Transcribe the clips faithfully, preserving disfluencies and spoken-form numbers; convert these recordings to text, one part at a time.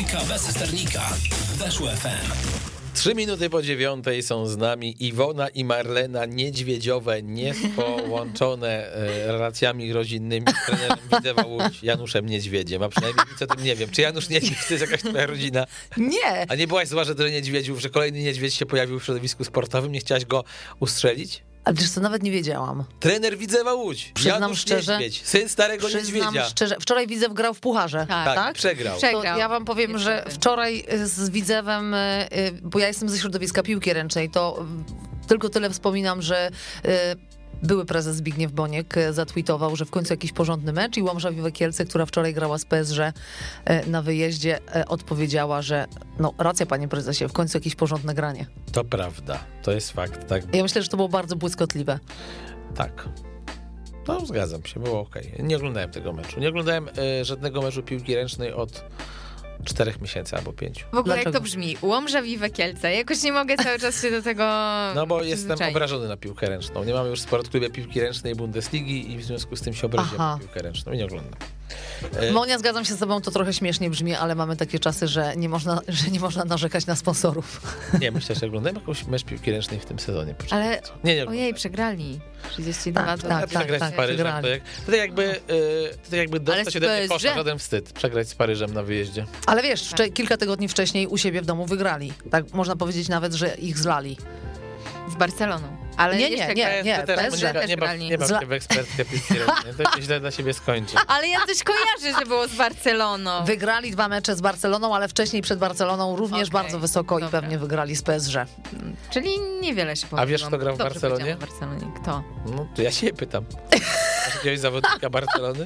Dwójka bez sternika. Weszło F M. Trzy minuty po dziewiątej są z nami Iwona i Marlena Niedźwiedziowe, niepołączone e, relacjami rodzinnymi z trenerem Widzewa Łódź, Januszem Niedźwiedziem, a przynajmniej nic o tym nie wiem. Czy Janusz Niedźwiedź to jest jakaś twoja rodzina? Nie. A nie byłaś zła, że tyle niedźwiedziów, że kolejny niedźwiedź się pojawił w środowisku sportowym? Nie chciałaś go ustrzelić? A wiesz co, nawet nie wiedziałam. Trener Widzewa Łódź, Przyznam Janusz szczerze, Niedźwiedź, syn starego Przyznam niedźwiedzia. szczerze, wczoraj Widzew grał w Pucharze, Tak. Tak, tak? przegrał. Przegrał. To ja wam powiem, że wczoraj z Widzewem, y, bo ja jestem ze środowiska piłki ręcznej, to y, tylko tyle wspominam, że y, były prezes Zbigniew Boniek zatweetował, że w końcu jakiś porządny mecz i Łomża Kielce, która wczoraj grała z P S G na wyjeździe, odpowiedziała, że no racja, panie prezesie, w końcu jakieś porządne granie. To prawda, to jest fakt. Tak. Ja myślę, że to było bardzo błyskotliwe. Tak. No, zgadzam się, było okej. Nie oglądałem tego meczu. Nie oglądałem y, żadnego meczu piłki ręcznej od czterech miesięcy albo pięciu. W ogóle Dlaczego? jak to brzmi? Łomża Wiwe Kielce. Jakoś nie mogę cały czas się do tego No bo jestem przyzwyczaić. obrażony na piłkę ręczną. Nie mamy już sport klubie piłki ręcznej Bundesligi i w związku z tym się obraziłem Aha. na piłkę ręczną i nie oglądam. E, Monia, zgadzam się z tobą, to trochę śmiesznie brzmi, ale mamy takie czasy, że nie można, że nie można narzekać na sponsorów. Nie, myślę, że oglądałem jakąś mecz piłki ręcznej w tym sezonie. Poczekaj, Ale co? Nie, nie oglądałem. ojej, przegrali. trzydzieści dwa Tak, do tak, A przegrać tak, z Paryżem, przegrali. to, jak, to tak jakby, y, to tak jakby dostać z ode mnie P S G. kosza, żaden wstyd. Przegrać z Paryżem na wyjeździe. Ale wiesz, wcze- kilka tygodni wcześniej u siebie w domu wygrali. Tak można powiedzieć nawet, że ich zlali. z Barceloną. Ale Nie, nie, jeszcze nie, grali. nie, Ty też, P S G nie, też nie, baw, grali. nie baw Zla- się w ekspertkę piłki ręcznej, to się źle dla siebie skończy. Ale ja coś kojarzę, że było z Barceloną. Wygrali dwa mecze z Barceloną, ale wcześniej przed Barceloną również Okej, bardzo wysoko dobra. i pewnie wygrali z P S G. Czyli niewiele się pomyliłam. wiesz, kto grał w Dobrze Barcelonie? powiedziałam w Barcelonie. Kto? No to ja się pytam. Masz jakiegoś zawodnika Barcelony?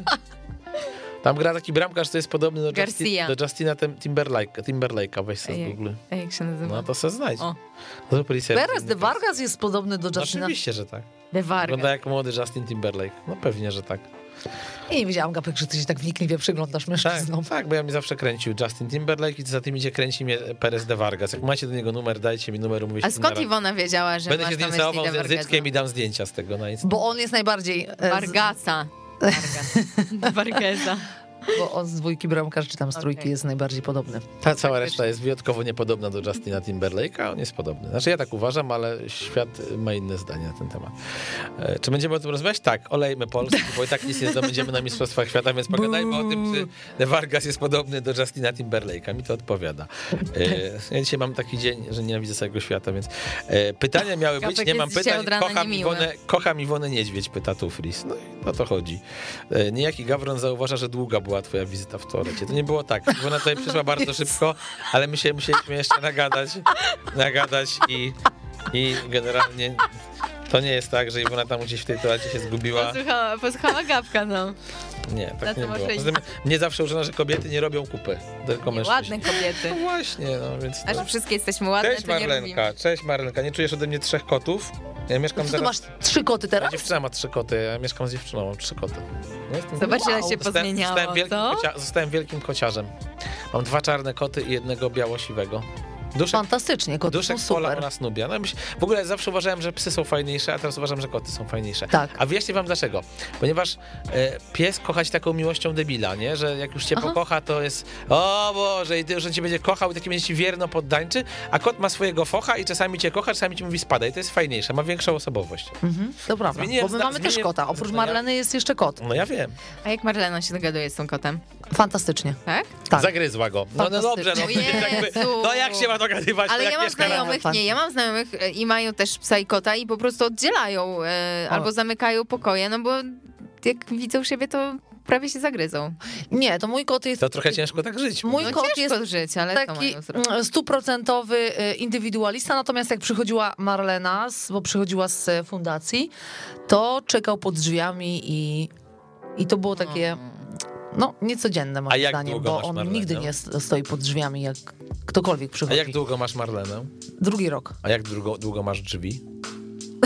Tam gra taki bramkarz, co jest podobny do, Garcia. Justi- do Justina Tim- Timberlake, Timberlake'a, weź sobie Ej, z Google. Ej, jak się nazywa? No to se znajdź. O. Zrób research. Perez de Vargas jest podobny do No, Justina. oczywiście, że tak. De Vargas. Wygląda jak młody Justin Timberlake. No pewnie, że tak. I nie wiedziałam, Gapek, że ty się tak wnikliwie przyglądasz Tak, mężczyznom. tak, bo ja mi zawsze kręcił Justin Timberlake i za tym idzie kręci mnie Perez de Vargas. Jak macie do niego numer, dajcie mi numer, umówię się A z nim skąd na rad- Iwona wiedziała, że Będę masz się z na nim myśli całował De z Vargasa? języczkiem i dam zdjęcia z tego na Insta. Bo on jest najbardziej... e, z- Vargasa. Vargas. Vargasa. Bo on z dwójki bramkarz, czy tam z trójki Okej. jest najbardziej podobny. Ta cała reszta jest wyjątkowo niepodobna do Justina Timberlake'a, a on jest podobny. Znaczy ja tak uważam, ale świat ma inne zdanie na ten temat. E, czy będziemy o tym rozmawiać? Tak, olejmy Polskę, bo i tak nic nie zdobędziemy na Mistrzostwach Świata, więc pogadajmy o tym, czy De Vargas jest podobny do Justina Timberlake'a. Mi to odpowiada. E, ja dzisiaj mam taki dzień, że nienawidzę całego świata, więc e, pytania miały być, Gapek nie mam jest dzisiaj pytań. od rana Kocham niemiły. Iwonę, kocham Iwonę Niedźwiedź, pyta Tufris. No i o to chodzi. E, niejaki Gawron zauważa, że długa była twoja wizyta w toalecie. To nie było tak. Iwona tutaj przyszła bardzo szybko, ale my się musieliśmy jeszcze nagadać, nagadać i, i generalnie to nie jest tak, że Iwona tam gdzieś w tej toalecie się zgubiła. Posłuchała, posłuchała Gapka, no. Nie, Na tak co nie może było. iść? Poza tym mnie zawsze użono, że kobiety nie robią kupy, tylko mężczyźni. Ładne kobiety. No właśnie, no więc... A No. że wszystkie jesteśmy ładne, Cześć to nie robimy. Marlenka, cześć Marlenka. Nie czujesz ode mnie trzech kotów? Ja mieszkam Co ty teraz... masz trzy koty teraz? Dziewczyna ma trzy koty, ja mieszkam z dziewczyną, mam trzy koty. No jestem... Zobacz, ile Wow. się Zostałem, pozmieniało, zostałem, wielkim co? kocia... zostałem wielkim kociarzem. Mam dwa czarne koty i jednego biało-siwego. Duszek, Fantastycznie, koty duszek są Pola super. oraz Nubia. No, myśl- w ogóle zawsze uważałem, że psy są fajniejsze, a teraz uważam, że koty są fajniejsze. Tak. A wyjaśnię wam dlaczego. Ponieważ e, pies kochać taką miłością debila, nie? Że jak już cię Aha. pokocha, to jest o Boże, i ty, że cię będzie kochał i taki będzie ci wierno poddańczy, a kot ma swojego focha i czasami cię kocha, czasami ci mówi spadaj. To jest fajniejsze, ma większą osobowość. Mhm, to prawda, Zmieniłem bo my zda- mamy też zmieniłem- kota. Oprócz No ja- Marleny jest jeszcze kot. No ja wiem. A jak Marlena się dogaduje z tą kotem? Fantastycznie. Tak? Tak. Zagryzła go. No, no dobrze, no, Fantastycznie. przecież jakby, Jezu. no jak się ma dogadywać, Ale to jak ja mam mieszka razem? znajomych, nie, ja mam znajomych e, i mają też psa i kota i po prostu oddzielają e, O. albo zamykają pokoje, no bo jak widzą siebie, to prawie się zagryzą. Nie, to mój kot jest... To trochę ciężko tak żyć. Mój No kot ciężko jest żyć, ale co taki mają zrobić? mm, stuprocentowy y, indywidualista, natomiast jak przychodziła Marlena, z- bo przychodziła z e, fundacji, to czekał pod drzwiami i, i to było takie, no, niecodzienne A moim jak zdaniem, długo bo masz on Marlenę? nigdy nie s- stoi pod drzwiami, jak ktokolwiek A przychodzi. jak długo masz Marlenę? Drugi rok. A jak długo, długo masz drzwi?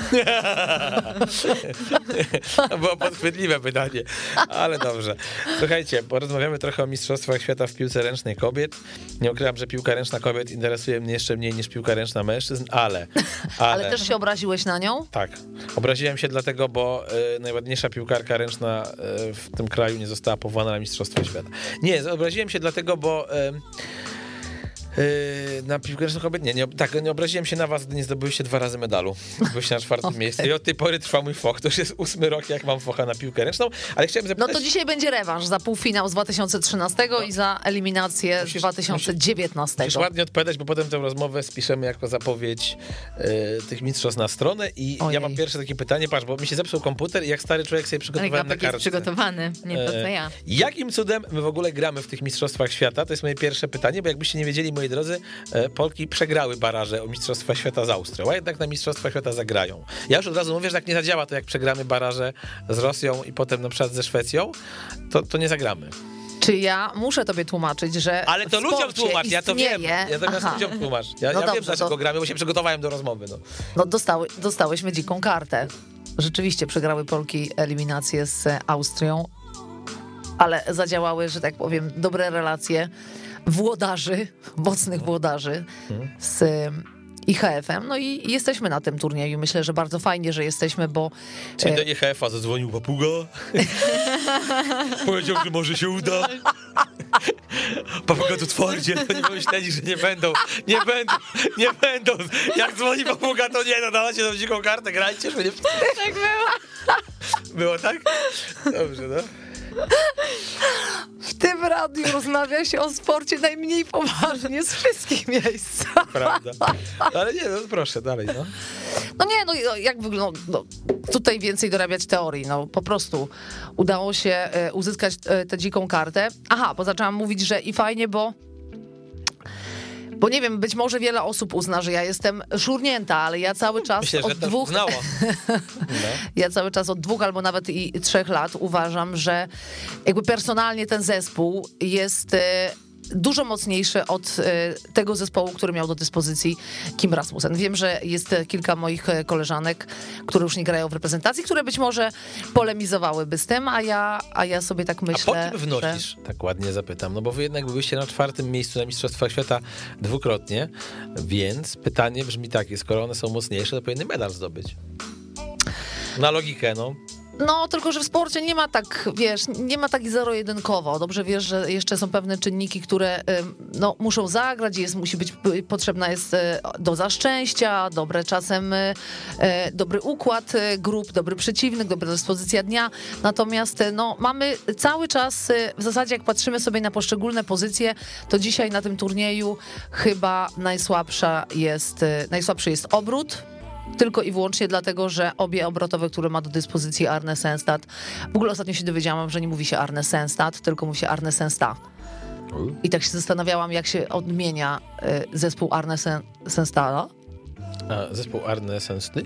To było podchwytliwe pytanie, ale dobrze. Słuchajcie, porozmawiamy trochę o Mistrzostwach Świata w piłce ręcznej kobiet. Nie ukrywam, że piłka ręczna kobiet interesuje mnie jeszcze mniej niż piłka ręczna mężczyzn, ale... Ale, ale też się obraziłeś na nią? Tak. Obraziłem się dlatego, bo y, najładniejsza piłkarka ręczna y, w tym kraju nie została powołana na Mistrzostwo Świata. Nie, obraziłem się dlatego, bo... Y, Yy, na piłkę ręczną kobiet? Nie, nie, tak, nie obraziłem się na was, gdy nie zdobyliście dwa razy medalu. Byliście na czwartym okay. miejscu i od tej pory trwa mój foch. To już jest ósmy rok, jak mam focha na piłkę ręczną, ale chciałem zapytać... No to dzisiaj będzie rewanż za półfinał z dwa tysiące trzynastego no. i za eliminację musisz, z dwa tysiące dziewiętnastego. Musisz ładnie odpowiadać, bo potem tę rozmowę spiszemy jako zapowiedź yy, tych mistrzostw na stronę i Ojej. ja mam pierwsze takie pytanie, patrz, bo mi się zepsuł komputer i jak stary człowiek sobie przygotowałem na kartce. jest przygotowany, nie to co ja. Yy, jakim cudem my w ogóle gramy w tych mistrzostwach świata? To jest moje pierwsze pytanie, bo jakbyście nie wiedzieli, moi drodzy, Polki przegrały baraże o Mistrzostwa Świata z Austrią, a jednak na Mistrzostwa Świata zagrają. Ja już od razu mówię, że jak nie zadziała to jak przegramy baraże z Rosją i potem na przykład ze Szwecją, to, to nie zagramy. Czy ja muszę tobie tłumaczyć, że ale to ludziom tłumacz, ja to wiem. Ja zamiast Aha. ludziom tłumacz. Ja, no ja dobrze, wiem, dlaczego to... gramy, bo się przygotowałem do rozmowy. No, no dostały, dostałyśmy dziką kartę. Rzeczywiście przegrały Polki eliminację z Austrią, ale zadziałały, że tak powiem, dobre relacje włodarzy, mocnych włodarzy z I H F-em. No i jesteśmy na tym turnieju. Myślę, że bardzo fajnie, że jesteśmy, bo... Czyli do I H F-a zadzwonił papuga. Powiedział, że może się uda. Papuga to twardzie. Oni pomyśleli, że nie będą, nie będą, nie będą. Jak dzwoni papuga, to nie, no dawajcie tą dziką kartę, grajcie, że nie... Tak było. Było tak? Dobrze, no. W tym radiu rozmawia się o sporcie najmniej poważnie z wszystkich miejsc. Prawda. Ale nie, no proszę, dalej, no. No nie, no jak wygląda, no, tutaj więcej dorabiać teorii, no po prostu udało się e, uzyskać e, tę dziką kartę. Aha, bo zaczęłam mówić, że i fajnie, bo Bo nie wiem, być może wiele osób uzna, że ja jestem szurnięta, ale ja cały czas Myślę, od że to dwóch... znało. No. Ja cały czas od dwóch albo nawet i trzech lat uważam, że jakby personalnie ten zespół jest dużo mocniejszy od tego zespołu, który miał do dyspozycji Kim Rasmussen. Wiem, że jest kilka moich koleżanek, które już nie grają w reprezentacji, które być może polemizowałyby z tym, a ja, a ja sobie tak myślę, a po czym wnosisz? Że... Tak ładnie zapytam, no bo wy jednak byliście na czwartym miejscu na Mistrzostwach Świata dwukrotnie, więc pytanie brzmi takie, skoro one są mocniejsze, to powinny medal zdobyć. Na logikę, no. No, tylko że w sporcie nie ma tak, wiesz, nie ma tak zero-jedynkowo. Dobrze wiesz, że jeszcze są pewne czynniki, które no, muszą zagrać, jest, musi być, potrzebna jest doza szczęścia, dobre czasem, dobry układ grup, dobry przeciwnik, dobra dyspozycja dnia. Natomiast no, mamy cały czas, w zasadzie jak patrzymy sobie na poszczególne pozycje, to dzisiaj na tym turnieju chyba najsłabsza jest, najsłabszy jest obrót. Tylko i wyłącznie dlatego, że obie obrotowe, które ma do dyspozycji Arne Sennstad, w ogóle ostatnio się dowiedziałam, że nie mówi się Arne Sennstad, tylko mówi się Arne Sennstad. I tak się zastanawiałam, jak się odmienia zespół Arne Sennstad. A zespół Arne Sennstad?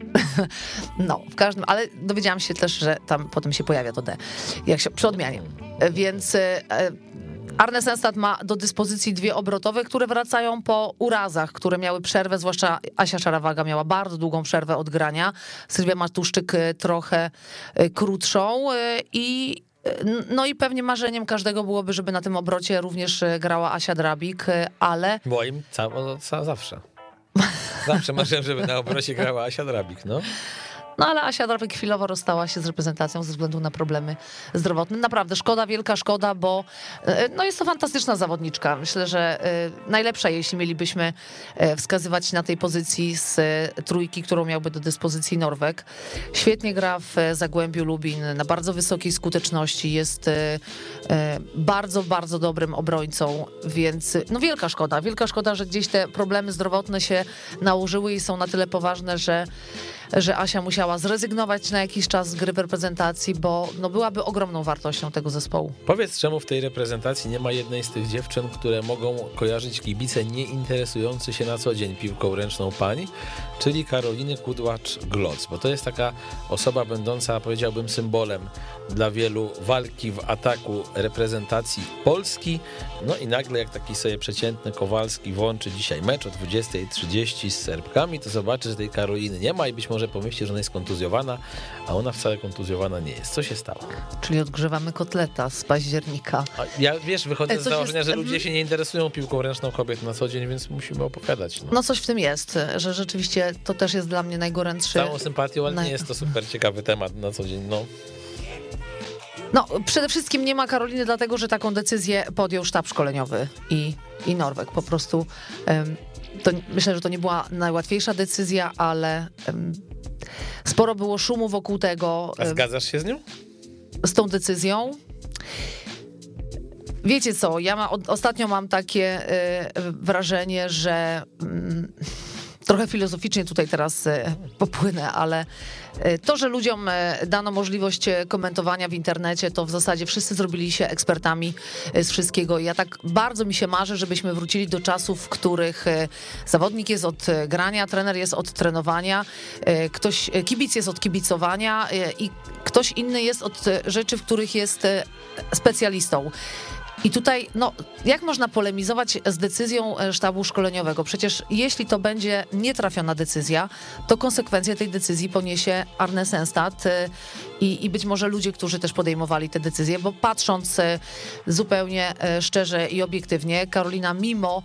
No, w każdym, ale dowiedziałam się też, że tam potem się pojawia to D, jak się przy odmianie. Więc Arne Sennstad ma do dyspozycji dwie obrotowe, które wracają po urazach, które miały przerwę, zwłaszcza Asia Szarawaga miała bardzo długą przerwę od grania. Sylwia Matuszczyk trochę krótszą i no i pewnie marzeniem każdego byłoby, żeby na tym obrocie również grała Asia Drabik, ale... Moim ca- ca- zawsze. Zawsze marzyłem, żeby na obrocie grała Asia Drabik, no. No ale Asia Drabik chwilowo rozstała się z reprezentacją ze względu na problemy zdrowotne. Naprawdę szkoda, wielka szkoda, bo no jest to fantastyczna zawodniczka. Myślę, że najlepsza, jeśli mielibyśmy wskazywać na tej pozycji z trójki, którą miałby do dyspozycji Norweg. Świetnie gra w Zagłębiu Lubin, na bardzo wysokiej skuteczności, jest bardzo, bardzo dobrym obrońcą, więc no wielka szkoda, wielka szkoda, że gdzieś te problemy zdrowotne się nałożyły i są na tyle poważne, że że Asia musiała zrezygnować na jakiś czas z gry w reprezentacji, bo no, byłaby ogromną wartością tego zespołu. Powiedz, czemu w tej reprezentacji nie ma jednej z tych dziewczyn, które mogą kojarzyć kibice nie interesujący się na co dzień piłką ręczną pań, czyli Karoliny Kudłacz-Gloc, bo to jest taka osoba będąca, powiedziałbym, symbolem dla wielu walki w ataku reprezentacji Polski. No i nagle jak taki sobie przeciętny Kowalski włączy dzisiaj mecz o dwudziestej trzydzieści z Serbkami, to zobaczy, że tej Karoliny nie ma i być może może pomyśleć, że ona jest kontuzjowana, a ona wcale kontuzjowana nie jest. Co się stało? Czyli odgrzewamy kotleta z października. A ja, wiesz, wychodzę E, z coś założenia, jest- że ludzie się nie interesują piłką ręczną kobiet na co dzień, więc musimy opowiadać. No. No coś w tym jest, że rzeczywiście to też jest dla mnie najgorętszy... Całą sympatią, ale naj- nie jest to super ciekawy temat na co dzień. No. No, przede wszystkim nie ma Karoliny, dlatego że taką decyzję podjął sztab szkoleniowy i, i Norweg. Po prostu em, to, myślę, że to nie była najłatwiejsza decyzja, ale em, sporo było szumu wokół tego, A em, zgadzasz się z nią? z tą decyzją. Wiecie co, ja ma, od, ostatnio mam takie y, wrażenie, że mm, trochę filozoficznie tutaj teraz y, popłynę, ale y, to, że ludziom y, dano możliwość y, komentowania w internecie, to w zasadzie wszyscy zrobili się ekspertami y, z wszystkiego. I ja tak bardzo mi się marzę, żebyśmy wrócili do czasów, w których y, zawodnik jest od y, grania, trener jest od trenowania, y, ktoś, y, kibic jest od kibicowania y, i ktoś inny jest od y, rzeczy, w których jest y, specjalistą. I tutaj, no, jak można polemizować z decyzją sztabu szkoleniowego? Przecież jeśli to będzie nietrafiona decyzja, to konsekwencje tej decyzji poniesie Arne Sennstad i, i być może ludzie, którzy też podejmowali te decyzje, bo patrząc zupełnie szczerze i obiektywnie, Karolina mimo...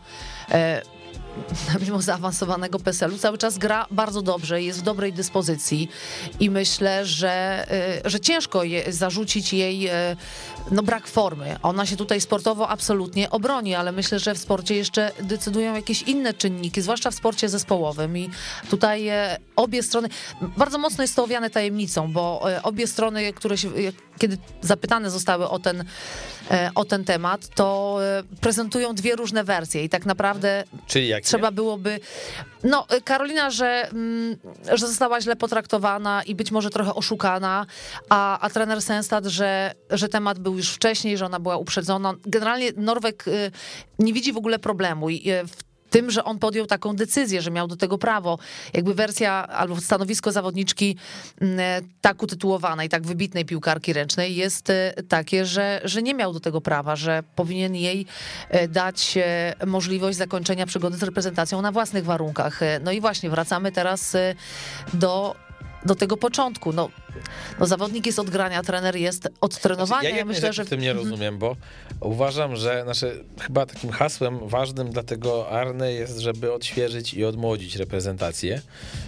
mimo zaawansowanego P E S E L u cały czas gra bardzo dobrze, jest w dobrej dyspozycji i myślę, że, że ciężko je, zarzucić jej no, brak formy. Ona się tutaj sportowo absolutnie obroni, ale myślę, że w sporcie jeszcze decydują jakieś inne czynniki, zwłaszcza w sporcie zespołowym i tutaj obie strony, bardzo mocno jest to owiane tajemnicą, bo obie strony, które się, kiedy zapytane zostały o ten, o ten temat, to prezentują dwie różne wersje i tak naprawdę Czyli jak trzeba byłoby... No, Karolina, że, że została źle potraktowana i być może trochę oszukana, a, a trener Sennstad, że, że temat był już wcześniej, że ona była uprzedzona. Generalnie Norweg nie widzi w ogóle problemu i w tym, że on podjął taką decyzję, że miał do tego prawo. Jakby wersja albo stanowisko zawodniczki tak utytułowanej, tak wybitnej piłkarki ręcznej jest takie, że, że nie miał do tego prawa, że powinien jej dać możliwość zakończenia przygody z reprezentacją na własnych warunkach. No i właśnie wracamy teraz do, do tego początku. No, no zawodnik jest od grania, trener jest od trenowania. Znaczy, ja ja myślę, że w tym nie rozumiem, bo uważam, że znaczy, chyba takim hasłem ważnym dla tego Arne jest, żeby odświeżyć i odmłodzić reprezentację.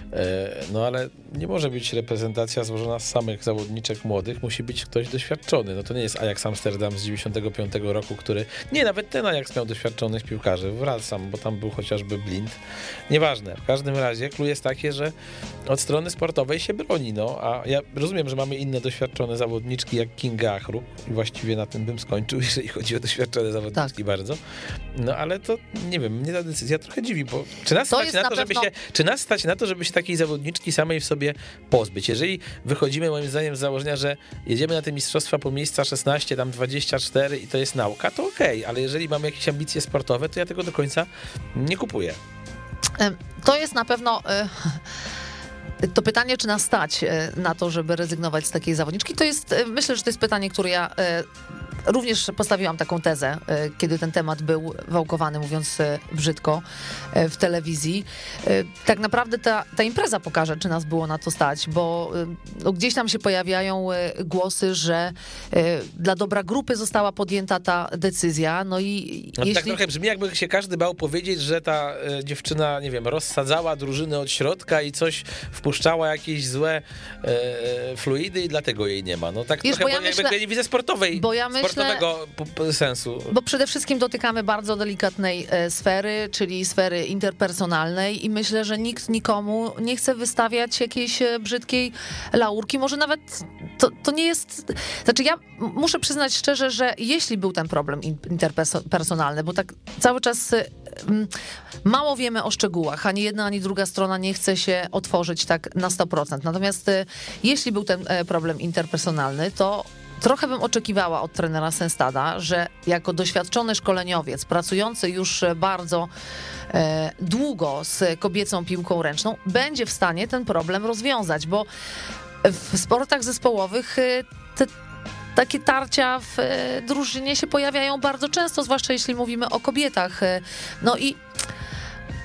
No ale nie może być reprezentacja złożona z samych zawodniczek młodych, musi być ktoś doświadczony. No to nie jest Ajax Amsterdam z dziewięćdziesiątego piątego roku, który... Nie, nawet ten Ajax miał doświadczonych piłkarzy. Wracam, bo tam był chociażby Blind. Nieważne. W każdym razie klucz jest takie, że od strony sportowej się broni, no a ja rozumiem, że mamy inne doświadczone zawodniczki jak Kinga Achrup i właściwie na tym bym skończył, jeżeli chodzi o doświadczone zawodniczki tak. bardzo. No ale to nie wiem, mnie ta decyzja trochę dziwi, bo czy nas, stać na, to, żeby pewno... się, czy nas stać na to, żeby się takiej zawodniczki samej w sobie pozbyć? Jeżeli wychodzimy moim zdaniem z założenia, że jedziemy na te mistrzostwa po miejsca szesnaście, tam dwadzieścia cztery i to jest nauka, to okej, okay, ale jeżeli mamy jakieś ambicje sportowe, to ja tego do końca nie kupuję. To jest na pewno... To pytanie, czy nas stać na to, żeby rezygnować z takiej zawodniczki, to jest, myślę, że to jest pytanie, które ja również postawiłam taką tezę, kiedy ten temat był wałkowany, mówiąc brzydko, w telewizji. Tak naprawdę ta, ta impreza pokaże, czy nas było na to stać, bo no, gdzieś tam się pojawiają głosy, że dla dobra grupy została podjęta ta decyzja, no i no, jeśli... Tak trochę brzmi, jakby się każdy bał powiedzieć, że ta dziewczyna, nie wiem, rozsadzała drużyny od środka i coś wpuszczała jakieś złe e, fluidy i dlatego jej nie ma. No tak Wiesz, trochę, bo ja bo jakby myślę, nie widzę sportowej, bo ja myślę, sportowego p- p- sensu. Bo przede wszystkim dotykamy bardzo delikatnej e, sfery, czyli sfery interpersonalnej i myślę, że nikt nikomu nie chce wystawiać jakiejś e, brzydkiej laurki. Może nawet to, to nie jest... Znaczy ja muszę przyznać szczerze, że jeśli był ten problem interpersonalny, bo tak cały czas e, m, mało wiemy o szczegółach, ani jedna, ani druga strona nie chce się otworzyć tak na sto procent. Natomiast e, jeśli był ten e, problem interpersonalny, to trochę bym oczekiwała od trenera Sennstada, że jako doświadczony szkoleniowiec, pracujący już bardzo e, długo z kobiecą piłką ręczną, będzie w stanie ten problem rozwiązać, bo w sportach zespołowych e, te takie tarcia w e, drużynie się pojawiają bardzo często, zwłaszcza jeśli mówimy o kobietach. E, no i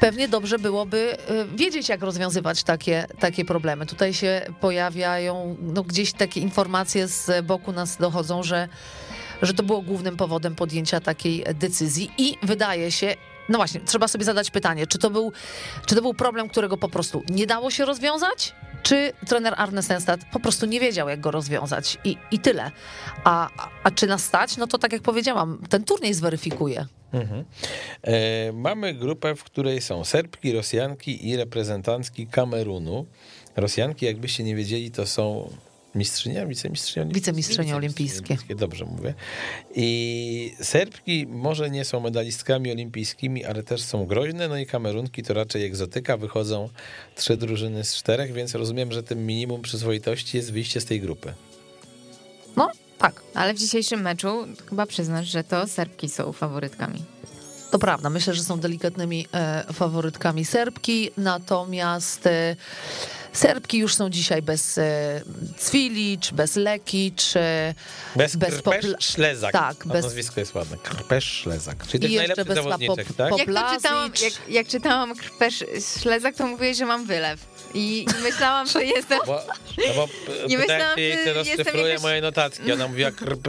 pewnie dobrze byłoby wiedzieć, jak rozwiązywać takie, takie problemy. Tutaj się pojawiają, no gdzieś takie informacje z boku nas dochodzą, że, że to było głównym powodem podjęcia takiej decyzji i wydaje się, no właśnie, trzeba sobie zadać pytanie, czy to był, czy to był problem, którego po prostu nie dało się rozwiązać, czy trener Arne Stenstad po prostu nie wiedział, jak go rozwiązać i, i tyle. A, a, a czy nas stać? No to tak jak powiedziałam, ten turniej zweryfikuje. Mhm. E, mamy grupę, w której są Serbki, Rosjanki i reprezentantki Kamerunu. Rosjanki, jakbyście nie wiedzieli, to są mistrzynia, wicemistrzynia olimpijskie? Wicemistrzynie olimpijskie. Dobrze mówię. I Serbki może nie są medalistkami olimpijskimi, ale też są groźne, no i Kamerunki to raczej egzotyka, wychodzą trzy drużyny z czterech, więc rozumiem, że tym minimum przyzwoitości jest wyjście z tej grupy. No, tak. Ale w dzisiejszym meczu chyba przyznasz, że to Serbki są faworytkami. To prawda, myślę, że są delikatnymi e, faworytkami Serbki, natomiast e, Serbki już są dzisiaj bez e, Cvilic, bez Lekic, e, bez, bez Krpesz-Szlezak. Tak, bez... Nazwisko jest ładne. Krpesz-Szlezak. Czyli to I jest jeszcze najlepszy bez zawodniczek, pop, tak? pop, Jak, to czytałam, jak, jak czytałam Krpesz-Szlezak, to mówię, że mam wylew. I myślałam, że jestem... Bo, no bo Nie pytałem myślałam, się jej, że czy jestem rozszyfruje jakaś- moje notatki. Ona mówiła krp...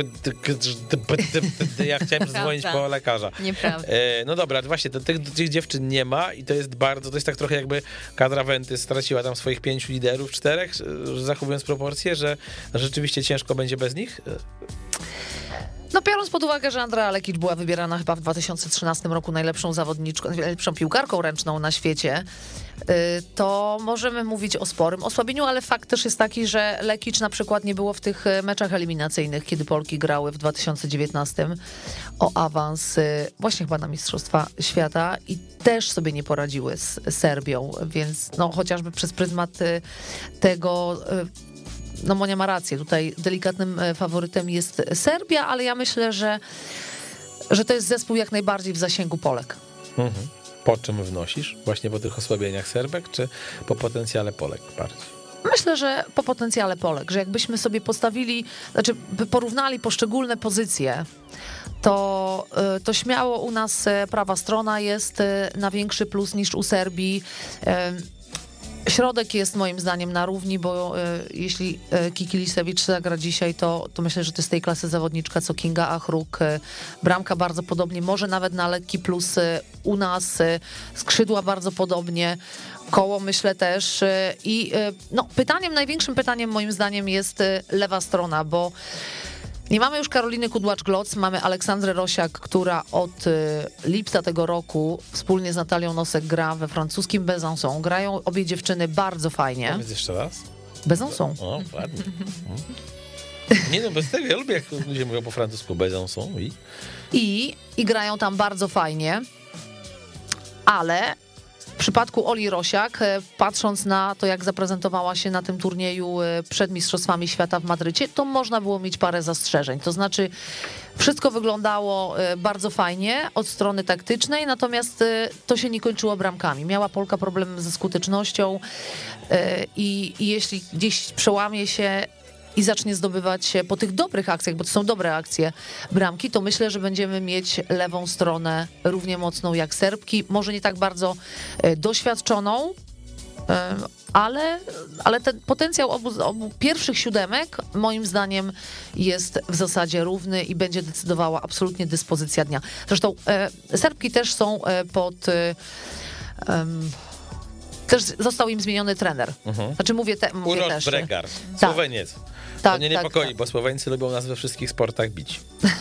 Ja chciałem dzwonić Prawda. po lekarza. Nieprawda. E, No dobra, właśnie, to tych, tych dziewczyn nie ma i to jest bardzo, to jest tak trochę jakby kadra Venty straciła tam swoich pięciu liderów, czterech, zachowując proporcje, że rzeczywiście ciężko będzie bez nich. No biorąc pod uwagę, że Andrea Lekic była wybierana chyba w dwa tysiące trzynastym roku najlepszą zawodniczką, najlepszą piłkarką ręczną na świecie, to możemy mówić o sporym osłabieniu, ale fakt też jest taki, że Lekic na przykład nie było w tych meczach eliminacyjnych, kiedy Polki grały w dwa tysiące dziewiętnastym o awans właśnie chyba na Mistrzostwa Świata i też sobie nie poradziły z Serbią, więc no chociażby przez pryzmat tego... No Monia ma rację, tutaj delikatnym faworytem jest Serbia, ale ja myślę, że, że to jest zespół jak najbardziej w zasięgu Polek. Mhm. Po czym wnosisz? Właśnie po tych osłabieniach Serbek, czy po potencjale Polek bardziej? Myślę, że po potencjale Polek, że jakbyśmy sobie postawili, znaczy by porównali poszczególne pozycje, to, to śmiało u nas prawa strona jest na większy plus niż u Serbii. Środek jest moim zdaniem na równi, bo e, jeśli e, Kiki Lisewicz zagra dzisiaj, to, to myślę, że to jest tej klasy zawodniczka co Kinga Achruk. E, bramka bardzo podobnie, może nawet na lekki plus e, u nas, e, skrzydła bardzo podobnie, koło myślę też. E, I e, no, pytaniem, największym pytaniem moim zdaniem jest e, lewa strona, bo nie mamy już Karoliny Kudłacz-Gloc, mamy Aleksandrę Rosiak, która od y, lipca tego roku wspólnie z Natalią Nosek gra we francuskim Besançon. Grają obie dziewczyny bardzo fajnie. Powiedz jeszcze raz. Besançon. O, ładnie. Nie no, bez tego, ja lubię jak ludzie mówią po francusku Besançon i... I, I grają tam bardzo fajnie, ale w przypadku Oli Rosiak, patrząc na to, jak zaprezentowała się na tym turnieju przed Mistrzostwami Świata w Madrycie, to można było mieć parę zastrzeżeń. To znaczy, wszystko wyglądało bardzo fajnie od strony taktycznej, natomiast to się nie kończyło bramkami. Miała Polka problem ze skutecznością i, i jeśli gdzieś przełamie się i zacznie zdobywać po tych dobrych akcjach, bo to są dobre akcje, bramki, to myślę, że będziemy mieć lewą stronę równie mocną jak Serbki, może nie tak bardzo doświadczoną, ale, ale ten potencjał obu, obu pierwszych siódemek moim zdaniem jest w zasadzie równy i będzie decydowała absolutnie dyspozycja dnia. Zresztą Serbki też są pod... Um, Też został im zmieniony trener. Mhm. Znaczy mówię, te, mówię Uroš też. Bregar, tak. Słoweniec. Tak, to nie tak, niepokoi, tak. bo Słoweńcy lubią nas we wszystkich sportach bić.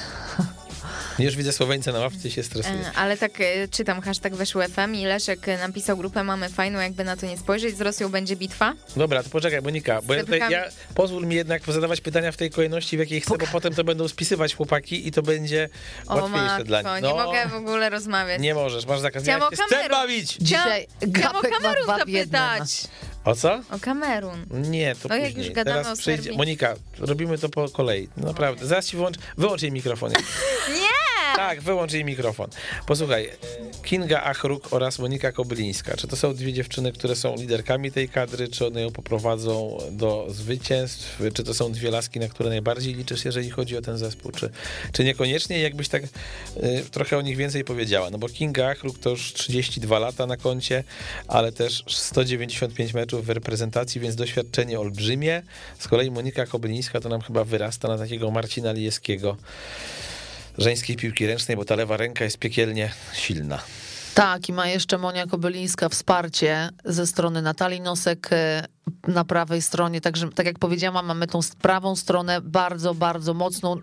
Już widzę Słoweńca na ławce i się stresuje. Ale tak czytam hashtag Weszło F M i Leszek napisał grupę mamy fajną, jakby na to nie spojrzeć, z Rosją będzie bitwa. Dobra, to poczekaj, Monika, bo ja, tutaj, ja pozwól mi jednak zadawać pytania w tej kolejności, w jakiej chcę, bo potem to będą spisywać chłopaki i to będzie O łatwiejsze matko, dla nich. nie mogę w ogóle rozmawiać. Nie możesz, masz zakaz. Chciałam Ja o się chcę Kamerun. bawić! Dzisiaj Chciałam o Gapek ma Kamerun dwa w jednym. zapytać. O co? O Kamerun. Nie, to No, jak później. już gadamy Teraz o przyjdzie. Serbii. Monika, robimy to po kolei. Naprawdę. Zaraz ci wyłącz. Wyłącz jej mikrofon. Nie! Tak, wyłącz jej mikrofon. Posłuchaj, Kinga Achruk oraz Monika Kobylińska. Czy to są dwie dziewczyny, które są liderkami tej kadry, czy one ją poprowadzą do zwycięstw? Czy to są dwie laski, na które najbardziej liczysz, jeżeli chodzi o ten zespół? Czy, czy niekoniecznie? Jakbyś tak y, trochę o nich więcej powiedziała? No bo Kinga Achruk to już trzydzieści dwa lata na koncie, ale też sto dziewięćdziesiąt pięć meczów w reprezentacji, więc doświadczenie olbrzymie. Z kolei Monika Kobylińska to nam chyba wyrasta na takiego Marcina Lijewskiego żeńskiej piłki ręcznej, bo ta lewa ręka jest piekielnie silna. Tak, i ma jeszcze Monia Kobylińska wsparcie ze strony Natalii Nosek na prawej stronie, także tak jak powiedziałam, mamy tą prawą stronę bardzo, bardzo mocną,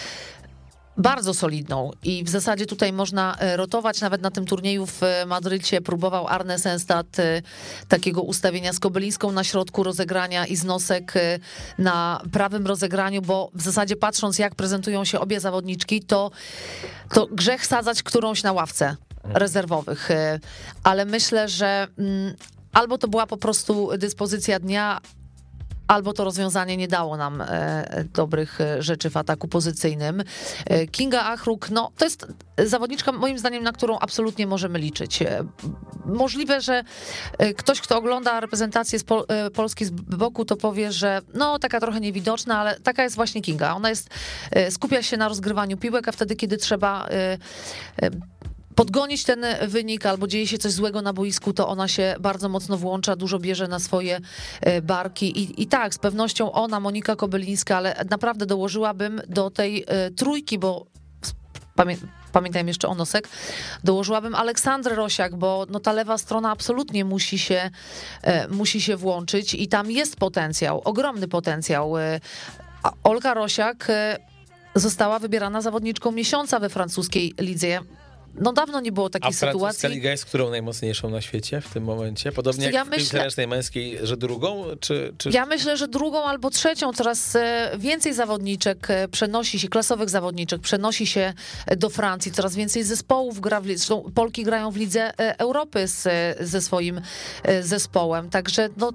bardzo solidną i w zasadzie tutaj można rotować. Nawet na tym turnieju w Madrycie próbował Arne Sennstad takiego ustawienia z Kobylińską na środku rozegrania i z Nosek na prawym rozegraniu, bo w zasadzie patrząc jak prezentują się obie zawodniczki, to, to grzech sadzać którąś na ławce rezerwowych, ale myślę, że albo to była po prostu dyspozycja dnia, albo to rozwiązanie nie dało nam e, dobrych rzeczy w ataku pozycyjnym. E, Kinga Achruk, no to jest zawodniczka moim zdaniem, na którą absolutnie możemy liczyć. E, możliwe, że e, ktoś, kto ogląda reprezentację z Pol- e, Polski z boku, to powie, że no taka trochę niewidoczna, ale taka jest właśnie Kinga. Ona jest, e, skupia się na rozgrywaniu piłek, a wtedy, kiedy trzeba e, e, podgonić ten wynik albo dzieje się coś złego na boisku, to ona się bardzo mocno włącza, dużo bierze na swoje barki i, i tak, z pewnością ona, Monika Kobylińska, ale naprawdę dołożyłabym do tej trójki, bo pamię pamiętajmy jeszcze o Nosek, dołożyłabym Aleksandrę Rosiak, bo no ta lewa strona absolutnie musi się, musi się włączyć i tam jest potencjał, ogromny potencjał. A Olga Rosiak została wybierana zawodniczką miesiąca we francuskiej lidze. No dawno nie było takiej sytuacji. A francuska sytuacji. liga jest którą najmocniejszą na świecie w tym momencie? Podobnie jak ja w piłce ręcznej męskiej, że drugą? Czy, czy... Ja myślę, że drugą albo trzecią. Coraz więcej zawodniczek przenosi się, klasowych zawodniczek przenosi się do Francji. Coraz więcej zespołów gra w lidze. Zresztą Polki grają w Lidze Europy z, ze swoim zespołem. Także no,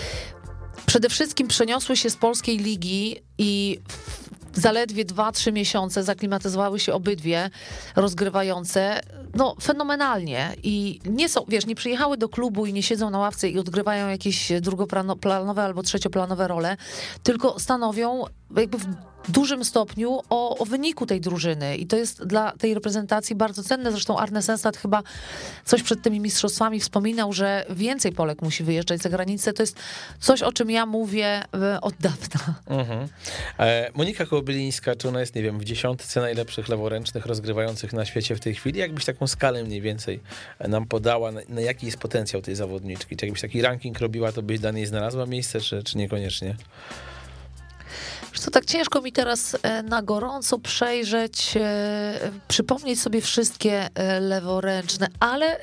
przede wszystkim przeniosły się z polskiej ligi i zaledwie dwa trzy miesiące zaklimatyzowały się obydwie rozgrywające, no fenomenalnie i nie są, wiesz, nie przyjechały do klubu i nie siedzą na ławce i odgrywają jakieś drugoplanowe albo trzecioplanowe role, tylko stanowią jakby w dużym stopniu o, o wyniku tej drużyny i to jest dla tej reprezentacji bardzo cenne. Zresztą Arne Sennstad chyba coś przed tymi mistrzostwami wspominał, że więcej Polek musi wyjeżdżać za granicę. To jest coś, o czym ja mówię od dawna. Mhm. E, Monika Kobylińska, czy ona jest, nie wiem, w dziesiątce najlepszych leworęcznych rozgrywających na świecie w tej chwili? Jakbyś taką skalę mniej więcej nam podała, na, na jaki jest potencjał tej zawodniczki? Czy jakbyś taki ranking robiła, to byś dla niej znalazła miejsce, czy, czy niekoniecznie? To tak ciężko mi teraz na gorąco przejrzeć, przypomnieć sobie wszystkie leworęczne, ale,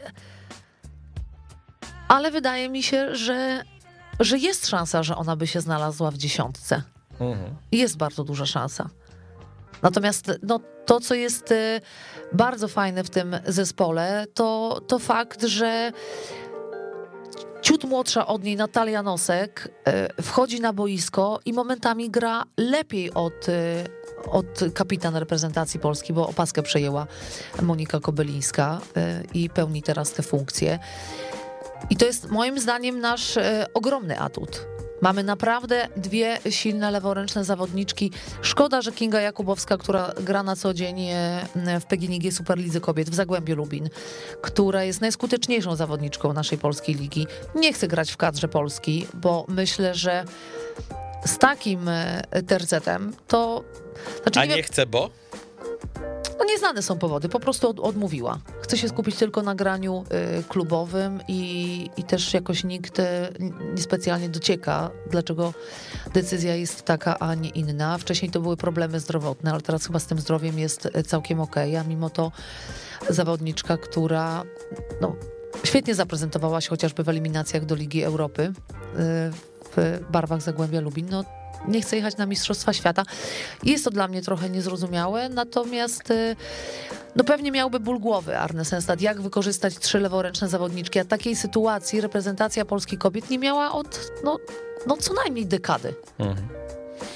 ale wydaje mi się, że, że jest szansa, że ona by się znalazła w dziesiątce. Mhm. Jest bardzo duża szansa. Natomiast no, to, co jest bardzo fajne w tym zespole, to, to fakt, że ciut młodsza od niej Natalia Nosek wchodzi na boisko i momentami gra lepiej od, od kapitan reprezentacji Polski, bo opaskę przejęła Monika Kobylińska i pełni teraz te funkcje. I to jest moim zdaniem nasz ogromny atut. Mamy naprawdę dwie silne leworęczne zawodniczki. Szkoda, że Kinga Jakubowska, która gra na co dzień w P G N G Superlidze Kobiet w Zagłębiu Lubin, która jest najskuteczniejszą zawodniczką naszej polskiej ligi, nie chce grać w kadrze Polski, bo myślę, że z takim tercetem to... Znaczy, A nie, nie chce, bo? No nieznane są powody, po prostu od, odmówiła. Chce się skupić tylko na graniu y, klubowym i, i też jakoś nikt y, niespecjalnie docieka, dlaczego decyzja jest taka, a nie inna. Wcześniej to były problemy zdrowotne, ale teraz chyba z tym zdrowiem jest całkiem okej, a mimo to zawodniczka, która no, świetnie zaprezentowała się chociażby w eliminacjach do Ligi Europy y, w barwach Zagłębia Lubin, no nie chce jechać na Mistrzostwa Świata. Jest to dla mnie trochę niezrozumiałe, natomiast no pewnie miałby ból głowy Arne Sennstad, jak wykorzystać trzy leworęczne zawodniczki, a takiej sytuacji reprezentacja Polski kobiet nie miała od no, no co najmniej dekady. Mhm.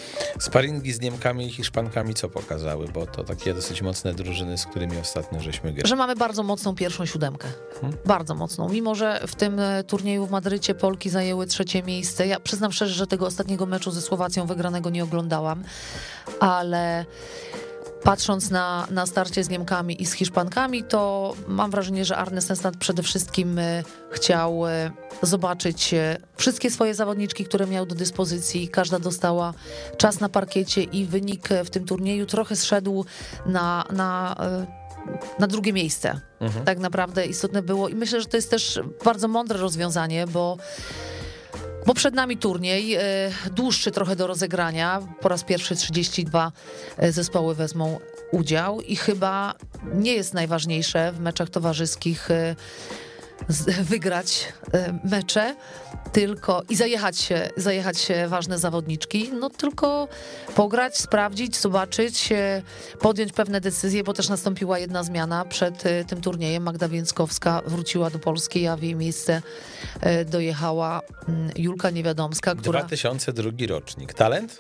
Sparingi z Niemkami i Hiszpankami co pokazały? Bo to takie dosyć mocne drużyny, z którymi ostatnio żeśmy grali. Że mamy bardzo mocną pierwszą siódemkę. Hmm? Bardzo mocną. Mimo że w tym turnieju w Madrycie Polki zajęły trzecie miejsce. Ja przyznam szczerze, że tego ostatniego meczu ze Słowacją wygranego nie oglądałam, ale patrząc na, na starcie z Niemkami i z Hiszpankami, to mam wrażenie, że Arne Sensnat przede wszystkim chciał zobaczyć wszystkie swoje zawodniczki, które miał do dyspozycji. Każda dostała czas na parkiecie i wynik w tym turnieju trochę zszedł na, na, na drugie miejsce. Mhm. Tak naprawdę istotne było i myślę, że to jest też bardzo mądre rozwiązanie, bo Bo przed nami turniej, dłuższy trochę do rozegrania. Po raz pierwszy trzydzieści dwa zespoły wezmą udział i chyba nie jest najważniejsze w meczach towarzyskich wygrać mecze tylko i zajechać się, zajechać się ważne zawodniczki, no tylko pograć, sprawdzić, zobaczyć, podjąć pewne decyzje, bo też nastąpiła jedna zmiana przed tym turniejem. Magda Więckowska wróciła do Polski, a w jej miejsce dojechała Julka Niewiadomska, która... dwa tysiące drugi rocznik. Talent?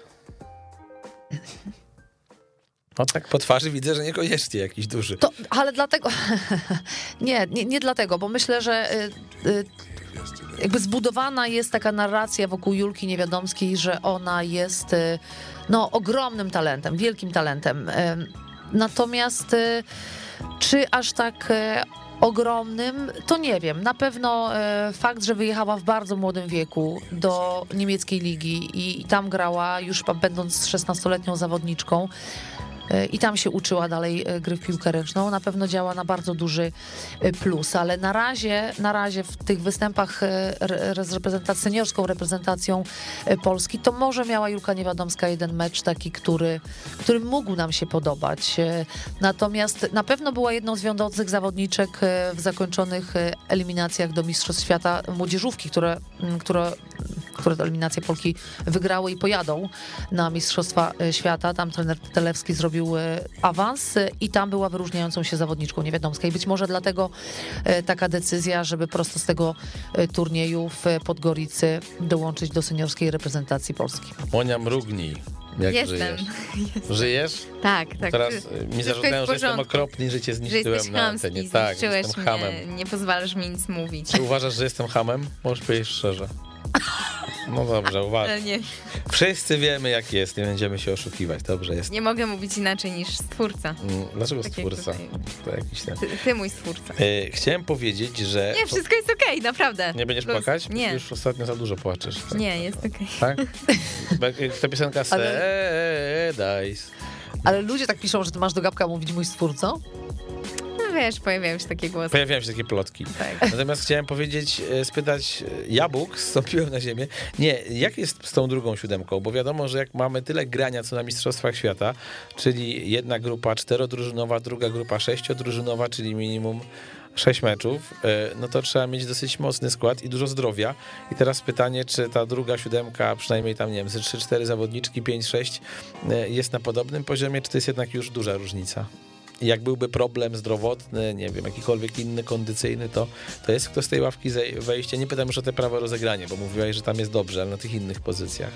No tak po twarzy widzę, że niekoniecznie jakiś duży. To, ale dlatego... nie, nie, nie dlatego, bo myślę, że y, y, jakby zbudowana jest taka narracja wokół Julki Niewiadomskiej, że ona jest y, no, ogromnym talentem, wielkim talentem. Y, natomiast y, czy aż tak... Y, ogromnym, to nie wiem. Na pewno e, fakt, że wyjechała w bardzo młodym wieku do niemieckiej ligi i, i tam grała już będąc szesnastoletnią zawodniczką e, i tam się uczyła dalej e, gry w piłkę ręczną, na pewno działa na bardzo duży e, plus, ale na razie, na razie w tych występach e, re, z reprezentacją, seniorską reprezentacją e, Polski, to może miała Julka Niewiadomska jeden mecz taki, który, który mógł nam się podobać. E, natomiast na pewno była jedną z wiodących zawodniczek w zakończonych eliminacjach do Mistrzostw Świata młodzieżówki, które, które, które to eliminacje Polki wygrały i pojadą na Mistrzostwa Świata. Tam trener Telewski zrobił awans i tam była wyróżniającą się zawodniczką Niewiadomska. I być może dlatego taka decyzja, żeby prosto z tego turnieju w Podgoricy dołączyć do seniorskiej reprezentacji Polski. Monia, mrugnij. Jak jestem. Żyjesz? Jestem. Żyjesz? Tak, tak. Teraz mi zarzucają, że jestem okropny, że cię zniszczyłem na antenie. Tak, jestem hamem. Mnie, nie pozwalasz mi nic mówić. Czy uważasz, że jestem hamem? Możesz powiedzieć szczerze. No dobrze, uważaj. Nie. Wszyscy wiemy, jak jest, nie będziemy się oszukiwać. Dobrze jest. Nie mogę mówić inaczej niż stwórca. Dlaczego tak stwórca? To jakiś ten... ty, ty mój stwórca. Yy, chciałem powiedzieć, że... Nie, wszystko jest okej, okay, naprawdę. Nie będziesz Plus. płakać? Nie. Już ostatnio za dużo płaczesz. Tak? Nie, jest okej. Okay. Tak? Ta piosenka Ale... Sedajs. Ale ludzie tak piszą, że ty masz do Gabka mówić mój stwórco? No wiesz, pojawiają się takie głosy. Pojawiają się takie plotki. Tak. Natomiast chciałem powiedzieć, spytać Jabłk, zstąpiłem na ziemię. Nie, jak jest z tą drugą siódemką? Bo wiadomo, że jak mamy tyle grania, co na Mistrzostwach Świata, czyli jedna grupa czterodrużynowa, druga grupa sześciodrużynowa, czyli minimum sześć meczów, no to trzeba mieć dosyć mocny skład i dużo zdrowia. I teraz pytanie, czy ta druga siódemka, przynajmniej tam, nie wiem, ze trzy cztery zawodniczki, pięć sześć jest na podobnym poziomie, czy to jest jednak już duża różnica? I jak byłby problem zdrowotny, nie wiem, jakikolwiek inny, kondycyjny, to, to jest kto z tej ławki wejście? Nie pytam już o te prawo rozegranie, bo mówiłaś, że tam jest dobrze, ale na tych innych pozycjach.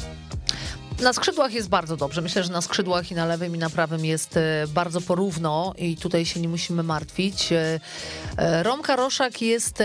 Na skrzydłach jest bardzo dobrze. Myślę, że na skrzydłach i na lewym i na prawym jest bardzo porówno i tutaj się nie musimy martwić. Romka Roszak jest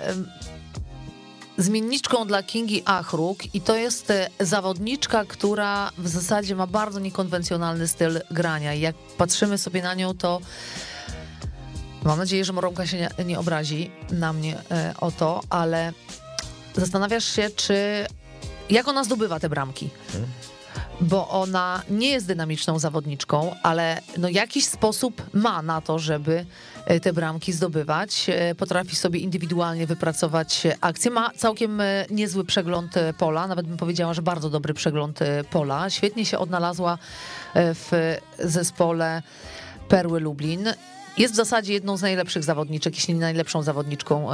zmienniczką dla Kingi Achruk i to jest zawodniczka, która w zasadzie ma bardzo niekonwencjonalny styl grania i jak patrzymy sobie na nią, to mam nadzieję, że Romka się nie, nie obrazi na mnie o to, ale zastanawiasz się, czy jak ona zdobywa te bramki. Hmm. Bo ona nie jest dynamiczną zawodniczką, ale no jakiś sposób ma na to, żeby te bramki zdobywać. Potrafi sobie indywidualnie wypracować akcję. Ma całkiem niezły przegląd pola, nawet bym powiedziała, że bardzo dobry przegląd pola. Świetnie się odnalazła w zespole Perły Lublin. Jest w zasadzie jedną z najlepszych zawodniczek, jeśli nie najlepszą zawodniczką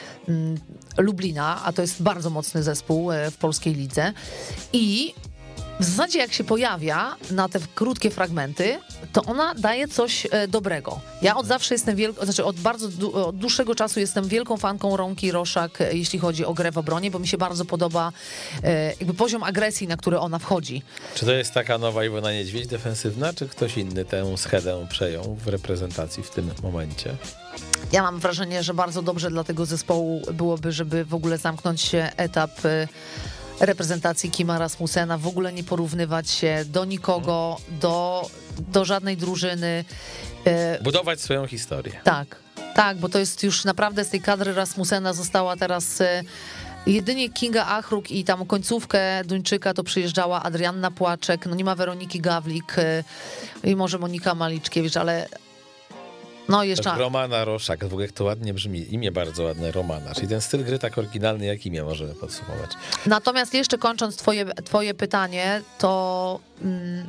Lublina, a to jest bardzo mocny zespół w polskiej lidze. I w zasadzie jak się pojawia na te krótkie fragmenty, to ona daje coś e, dobrego. Ja od zawsze jestem wielką, znaczy od bardzo du- od dłuższego czasu jestem wielką fanką Ronki Roszak, e, jeśli chodzi o grę w obronie, bo mi się bardzo podoba e, jakby poziom agresji, na który ona wchodzi. Czy to jest taka nowa Iwona Niedźwiedź defensywna, czy ktoś inny tę schedę przejął w reprezentacji w tym momencie? Ja mam wrażenie, że bardzo dobrze dla tego zespołu byłoby, żeby w ogóle zamknąć etap e, reprezentacji Kima Rasmussena, w ogóle nie porównywać się do nikogo, do, do żadnej drużyny. Budować swoją historię. Tak, tak, bo to jest już naprawdę z tej kadry Rasmussena została teraz jedynie Kinga Achruk i tam końcówkę Duńczyka to przyjeżdżała Adrianna Płaczek, no nie ma Weroniki Gawlik i może Monika Maliczkiewicz, ale no jeszcze... Romana Roszak, w ogóle jak to ładnie brzmi, imię bardzo ładne, Romana, czyli ten styl gry tak oryginalny, jak imię możemy podsumować. Natomiast jeszcze kończąc twoje, twoje pytanie, to mm,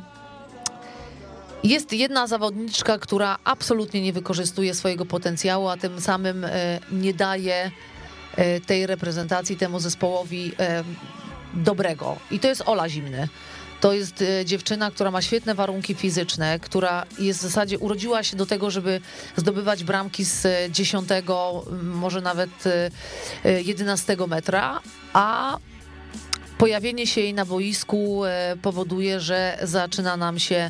jest jedna zawodniczka, która absolutnie nie wykorzystuje swojego potencjału, a tym samym e, nie daje e, tej reprezentacji, temu zespołowi e, dobrego. I to jest Ola Zimny. To jest dziewczyna, która ma świetne warunki fizyczne, która jest w zasadzie, urodziła się do tego, żeby zdobywać bramki z dziesiątego, może nawet jedenastego metra, a pojawienie się jej na boisku powoduje, że zaczyna nam się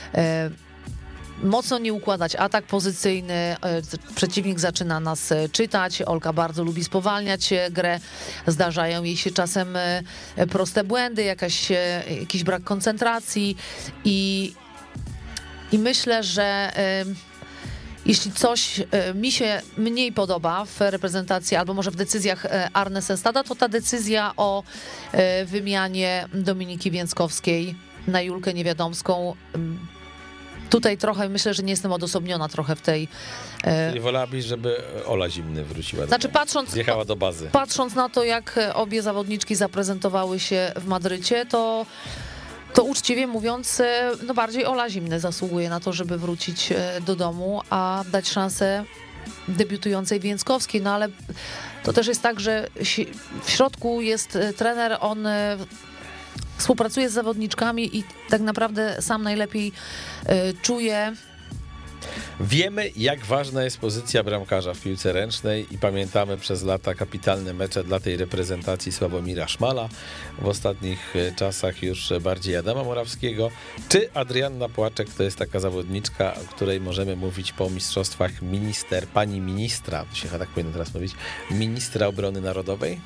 mocno nie układać atak pozycyjny, przeciwnik zaczyna nas czytać, Olka bardzo lubi spowalniać grę, zdarzają jej się czasem proste błędy, jakaś, jakiś brak koncentracji i, i myślę, że jeśli coś mi się mniej podoba w reprezentacji albo może w decyzjach Arne Senstada, to ta decyzja o wymianie Dominiki Więckowskiej na Julkę Niewiadomską. Tutaj trochę, myślę, że nie jestem odosobniona trochę w tej... Czyli wolałabyś, żeby Ola Zimny wróciła, znaczy, patrząc, zjechała do bazy. Patrząc na to, jak obie zawodniczki zaprezentowały się w Madrycie, to, to uczciwie mówiąc, no bardziej Ola Zimny zasługuje na to, żeby wrócić do domu, a dać szansę debiutującej Więckowskiej. No ale to też jest tak, że w środku jest trener, on... współpracuje z zawodniczkami i tak naprawdę sam najlepiej y, czuje. Wiemy, jak ważna jest pozycja bramkarza w piłce ręcznej i pamiętamy przez lata kapitalne mecze dla tej reprezentacji Sławomira Szmala, w ostatnich czasach już bardziej Adama Morawskiego. Czy Adrianna Płaczek to jest taka zawodniczka, o której możemy mówić po mistrzostwach minister, pani ministra, to się chyba tak powinno teraz mówić, ministra obrony narodowej?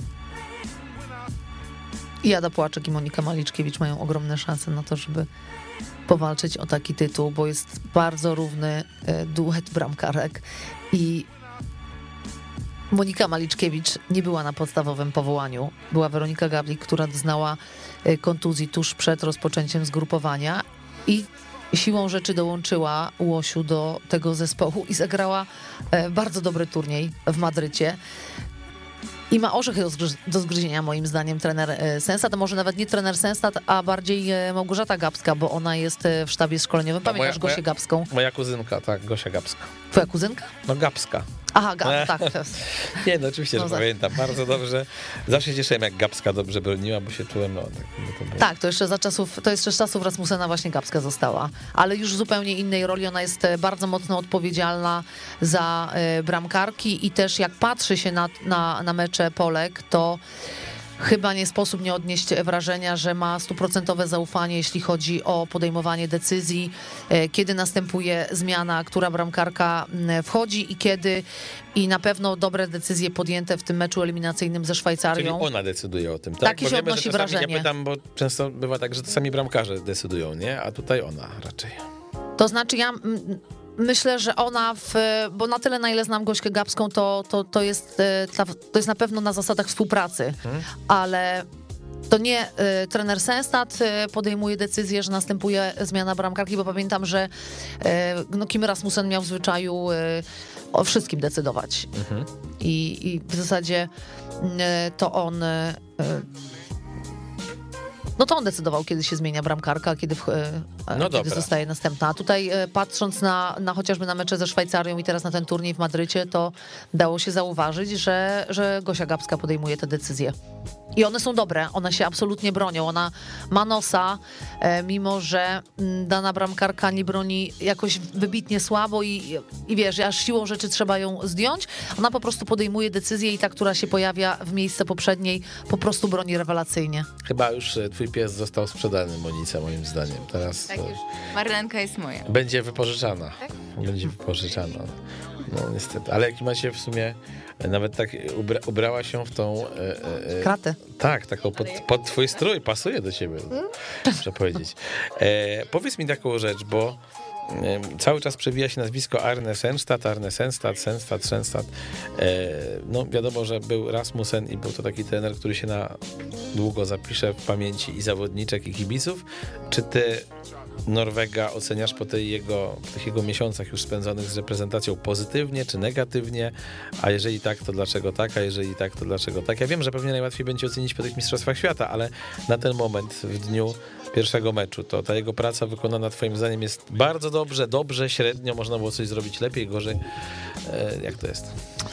I Ada Płaczek i Monika Maliczkiewicz mają ogromne szanse na to, żeby powalczyć o taki tytuł, bo jest bardzo równy duet bramkarek i Monika Maliczkiewicz nie była na podstawowym powołaniu. Była Weronika Gawlik, która doznała kontuzji tuż przed rozpoczęciem zgrupowania i siłą rzeczy dołączyła Łosiu do tego zespołu i zagrała bardzo dobry turniej w Madrycie. I ma orzechy do, zgryz- do zgryzienia, moim zdaniem, trener Sensat, a może nawet nie trener Sensat, a bardziej Małgorzata Gapska, bo ona jest w sztabie szkoleniowym. Pamiętasz moja, Gosię Gapską? Moja kuzynka, tak, Gosia Gapska. Twoja kuzynka? No Gapska. Aha, Gap, tak. Nie, no oczywiście, No że za... pamiętam bardzo dobrze. Zawsze się cieszyłem, jak Gapska dobrze broniła, bo się czułem, no tak. To było... Tak, to jeszcze za czasów, to jeszcze z czasów Rasmussena właśnie Gapska została, ale już w zupełnie innej roli. Ona jest bardzo mocno odpowiedzialna za y, bramkarki i też jak patrzy się na, na, na mecze Polek, to chyba nie sposób nie odnieść wrażenia, że ma stuprocentowe zaufanie, jeśli chodzi o podejmowanie decyzji, kiedy następuje zmiana, która bramkarka wchodzi i kiedy, i na pewno dobre decyzje podjęte w tym meczu eliminacyjnym ze Szwajcarią. Czyli ona decyduje o tym, tak? Takie bo się wiemy, odnosi że czasami, wrażenie. Ja pytam, bo często bywa tak, że to sami bramkarze decydują, nie? A tutaj ona raczej. To znaczy ja... Myślę, że ona, w, bo na tyle, na ile znam Gośkę Gapską, to, to, to, jest, to jest na pewno na zasadach współpracy, hmm. ale to nie y, trener Senstat y, podejmuje decyzję, że następuje zmiana bramkarki, bo pamiętam, że y, no, Kim Rasmussen miał w zwyczaju y, o wszystkim decydować. Hmm. I, I w zasadzie y, to on... Y, No to on decydował, kiedy się zmienia bramkarka, kiedy, w, no kiedy zostaje następna. A tutaj patrząc na, na chociażby na mecze ze Szwajcarią i teraz na ten turniej w Madrycie, to dało się zauważyć, że, że Gosia Gapska podejmuje te decyzje. I one są dobre, one się absolutnie bronią. Ona ma nosa, e, mimo że mm, dana bramkarka nie broni jakoś wybitnie słabo i, i wiesz, aż siłą rzeczy trzeba ją zdjąć. Ona po prostu podejmuje decyzję i ta, która się pojawia w miejsce poprzedniej, po prostu broni rewelacyjnie. Chyba już e, twój pies został sprzedany, Monice, moim zdaniem. Teraz Tak e, już. Marlenka jest moja. będzie wypożyczana. Tak? Będzie wypożyczana. No niestety. Ale jak macie w sumie, e, nawet tak ubra, ubrała się w tą... E, e, Kraty. Tak, taką pod, pod twój strój, pasuje do ciebie, muszę powiedzieć. E, powiedz mi taką rzecz, bo e, cały czas przewija się nazwisko Arne Sennstad, Arne Sennstad, Sennstad, Sennstad. E, no wiadomo, że był Rasmussen i był to taki trener, który się na długo zapisze w pamięci i zawodniczek, i kibiców. Czy ty Norwega oceniasz po tej jego, po tych jego miesiącach już spędzonych z reprezentacją pozytywnie czy negatywnie? A jeżeli tak, to dlaczego tak? A jeżeli tak, to dlaczego tak? Ja wiem, że pewnie najłatwiej będzie ocenić po tych Mistrzostwach Świata, ale na ten moment, w dniu pierwszego meczu, to ta jego praca wykonana twoim zdaniem jest bardzo dobrze, dobrze, średnio, można było coś zrobić lepiej, gorzej. E, jak to jest?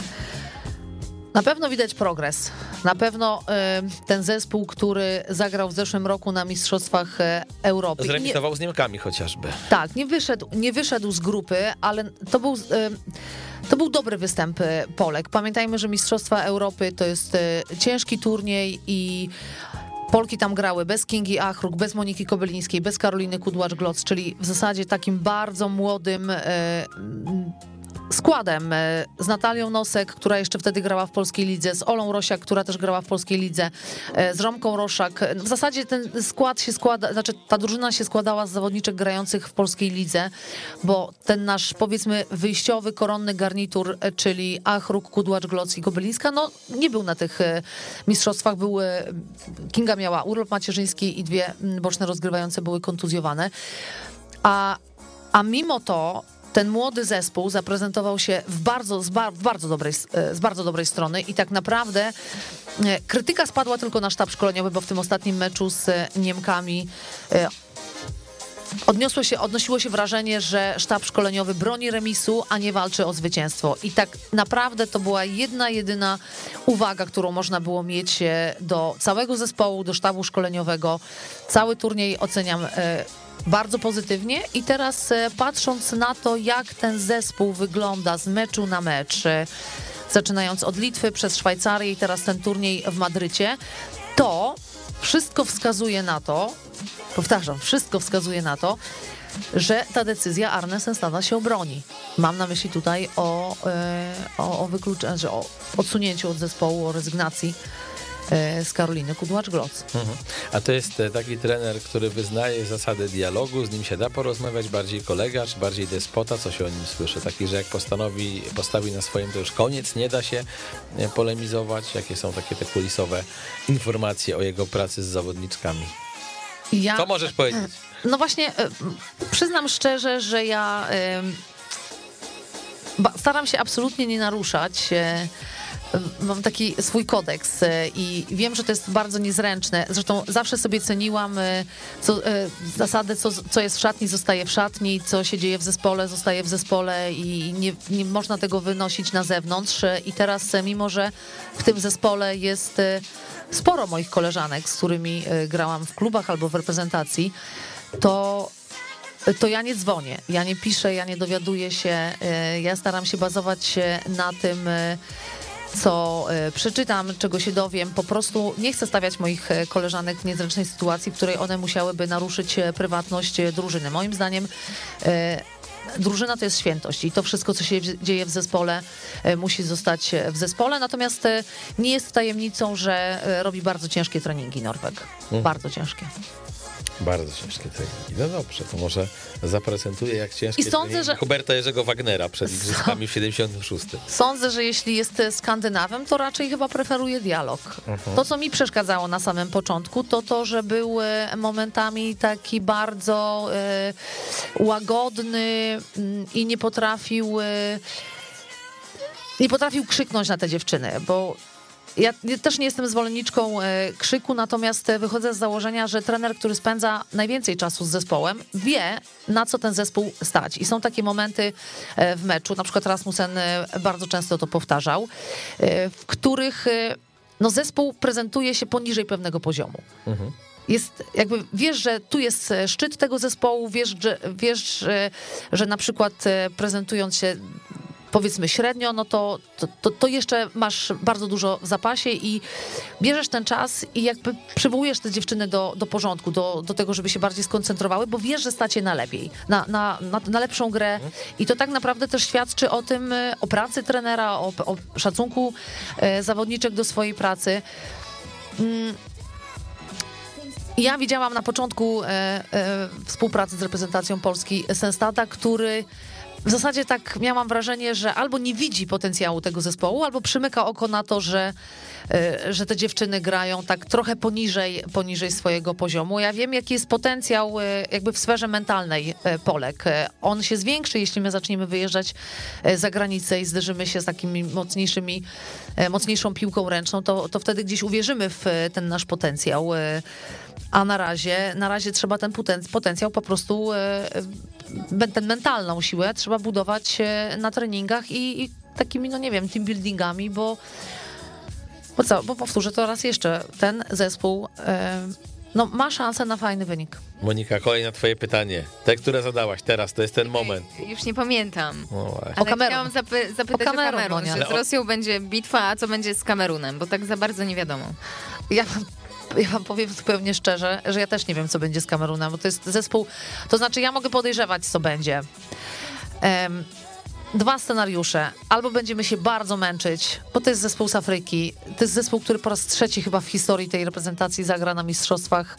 Na pewno widać progres. Na pewno y, ten zespół, który zagrał w zeszłym roku na Mistrzostwach Europy. Zremisował nie, z Niemkami chociażby. Tak, nie wyszedł, nie wyszedł z grupy, ale to był, y, to był dobry występ Polek. Pamiętajmy, że Mistrzostwa Europy to jest y, ciężki turniej i Polki tam grały bez Kingi Achruk, bez Moniki Kobylińskiej, bez Karoliny Kudłacz-Gloc, czyli w zasadzie takim bardzo młodym y, składem, z Natalią Nosek, która jeszcze wtedy grała w polskiej lidze, z Olą Rosiak, która też grała w polskiej lidze, z Romką Roszak. W zasadzie ten skład się składa, znaczy ta drużyna się składała z zawodniczek grających w polskiej lidze, bo ten nasz, powiedzmy, wyjściowy, koronny garnitur, czyli Achruk, Kudłacz-Gloc i Kobylińska, no nie był na tych mistrzostwach. Był, Kinga miała urlop macierzyński i dwie boczne rozgrywające były kontuzjowane. A, a mimo to ten młody zespół zaprezentował się w bardzo, z, bar, w bardzo dobrej, z bardzo dobrej strony i tak naprawdę krytyka spadła tylko na sztab szkoleniowy, bo w tym ostatnim meczu z Niemkami odniosło się, odnosiło się wrażenie, że sztab szkoleniowy broni remisu, a nie walczy o zwycięstwo. I tak naprawdę to była jedna, jedyna uwaga, którą można było mieć do całego zespołu, do sztabu szkoleniowego. Cały turniej oceniam bardzo pozytywnie i teraz patrząc na to, jak ten zespół wygląda z meczu na mecz, zaczynając od Litwy przez Szwajcarię i teraz ten turniej w Madrycie, to wszystko wskazuje na to, powtarzam, wszystko wskazuje na to, że ta decyzja Arne Sennstada się obroni. Mam na myśli tutaj o, o, o wykluczeniu, o odsunięciu od zespołu, o rezygnacji z Karoliny Kudłacz-Gloc. Mhm. A to jest taki trener, który wyznaje zasady dialogu, z nim się da porozmawiać, bardziej kolega, czy bardziej despota, co się o nim słyszy? Taki, że jak postanowi, postawi na swoim, to już koniec, nie da się polemizować. Jakie są takie te kulisowe informacje o jego pracy z zawodniczkami? Ja, Co możesz powiedzieć? No właśnie, przyznam szczerze, że ja staram się absolutnie nie naruszać. Mam taki swój kodeks i wiem, że to jest bardzo niezręczne. Zresztą zawsze sobie ceniłam co, zasadę, co, co jest w szatni, zostaje w szatni, co się dzieje w zespole, zostaje w zespole i nie, nie można tego wynosić na zewnątrz. I teraz, mimo że w tym zespole jest sporo moich koleżanek, z którymi grałam w klubach albo w reprezentacji, to to ja nie dzwonię, ja nie piszę, ja nie dowiaduję się, ja staram się bazować na tym, co przeczytam, czego się dowiem. Po prostu nie chcę stawiać moich koleżanek w niezręcznej sytuacji, w której one musiałyby naruszyć prywatność drużyny. Moim zdaniem drużyna to jest świętość i to wszystko, co się dzieje w zespole, musi zostać w zespole. Natomiast nie jest tajemnicą, że robi bardzo ciężkie treningi Norweg. Mhm. Bardzo ciężkie. Bardzo ciężkie treningi. No dobrze, to może zaprezentuję jak ciężkie I sądzę, treningi że... Huberta Jerzego Wagnera przed igrzyskami w siedemdziesiątym szóstym. Sądzę, że jeśli jest Skandynawem, to raczej chyba preferuje dialog. Mhm. To, co mi przeszkadzało na samym początku, to to, że był momentami taki bardzo e, łagodny i nie potrafił e, nie potrafił krzyknąć na te dziewczyny, bo ja też nie jestem zwolenniczką krzyku, natomiast wychodzę z założenia, że trener, który spędza najwięcej czasu z zespołem, wie, na co ten zespół stać. I są takie momenty w meczu, na przykład Rasmussen bardzo często to powtarzał, w których no zespół prezentuje się poniżej pewnego poziomu. Mhm. Jest jakby, wiesz, że tu jest szczyt tego zespołu, wiesz, że, wiesz, że, że na przykład prezentując się powiedzmy średnio, no to, to, to jeszcze masz bardzo dużo w zapasie i bierzesz ten czas i jakby przywołujesz te dziewczyny do, do porządku, do, do tego, żeby się bardziej skoncentrowały, bo wiesz, że stacie na lepiej, na, na, na, na lepszą grę i to tak naprawdę też świadczy o tym, o pracy trenera, o, o szacunku e, zawodniczek do swojej pracy. Mm. Ja widziałam na początku e, e, współpracy z reprezentacją Polski Sensstata, który w zasadzie tak miałam wrażenie, że albo nie widzi potencjału tego zespołu, albo przymyka oko na to, że, że te dziewczyny grają tak trochę poniżej, poniżej swojego poziomu. Ja wiem, jaki jest potencjał jakby w sferze mentalnej Polek. On się zwiększy, jeśli my zaczniemy wyjeżdżać za granicę i zderzymy się z takimi mocniejszymi, mocniejszą piłką ręczną, to, to wtedy gdzieś uwierzymy w ten nasz potencjał. A na razie, na razie trzeba ten potencjał po prostu, ten mentalną siłę trzeba budować na treningach i, i takimi, no nie wiem, team buildingami, bo, bo co, bo powtórzę to raz jeszcze, ten zespół no, ma szansę na fajny wynik. Monika, kolejne twoje pytanie. Te, które zadałaś teraz, to jest ten moment. Już nie pamiętam. No ale chciałam zapy- zapytać o Kamerun, o Kamerun, no że z Rosją będzie bitwa, a co będzie z Kamerunem, bo tak za bardzo nie wiadomo. Ja Ja wam powiem zupełnie szczerze, że ja też nie wiem, co będzie z Kamerunem, bo to jest zespół, to znaczy ja mogę podejrzewać, co będzie. Um, dwa scenariusze. Albo będziemy się bardzo męczyć, bo to jest zespół z Afryki. To jest zespół, który po raz trzeci chyba w historii tej reprezentacji zagra na mistrzostwach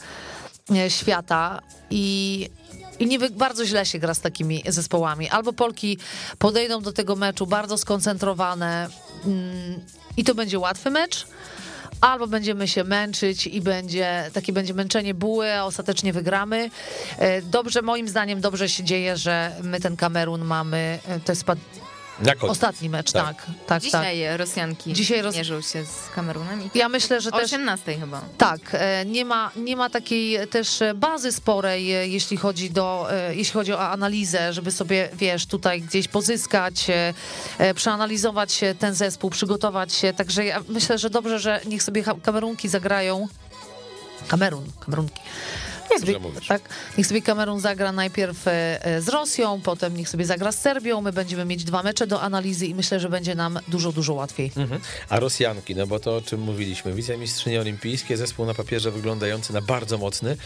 świata i I nie bardzo źle się gra z takimi zespołami. Albo Polki podejdą do tego meczu bardzo skoncentrowane mm, i to będzie łatwy mecz, albo będziemy się męczyć i będzie takie będzie męczenie buły, a ostatecznie wygramy. Dobrze, moim zdaniem dobrze się dzieje, że my ten Kamerun mamy, to jest ostatni mecz, tak. tak, tak Dzisiaj tak. Rosjanki Dzisiaj Ros... mierzą się z Kamerunem. I ja myślę, że o też... osiemnastej chyba. Tak, nie ma, nie ma takiej też bazy sporej, jeśli chodzi, do, jeśli chodzi o analizę, żeby sobie, wiesz, tutaj gdzieś pozyskać, przeanalizować ten zespół, przygotować się. Także ja myślę, że dobrze, że niech sobie Kamerunki zagrają. Kamerun, Kamerunki. Niech sobie, tak, niech sobie Kamerun zagra najpierw z Rosją, potem niech sobie zagra z Serbią, my będziemy mieć dwa mecze do analizy i myślę, że będzie nam dużo, dużo łatwiej. Mhm. A Rosjanki, no bo to o czym mówiliśmy, wicemistrzynie olimpijskie, zespół na papierze wyglądający na bardzo mocny.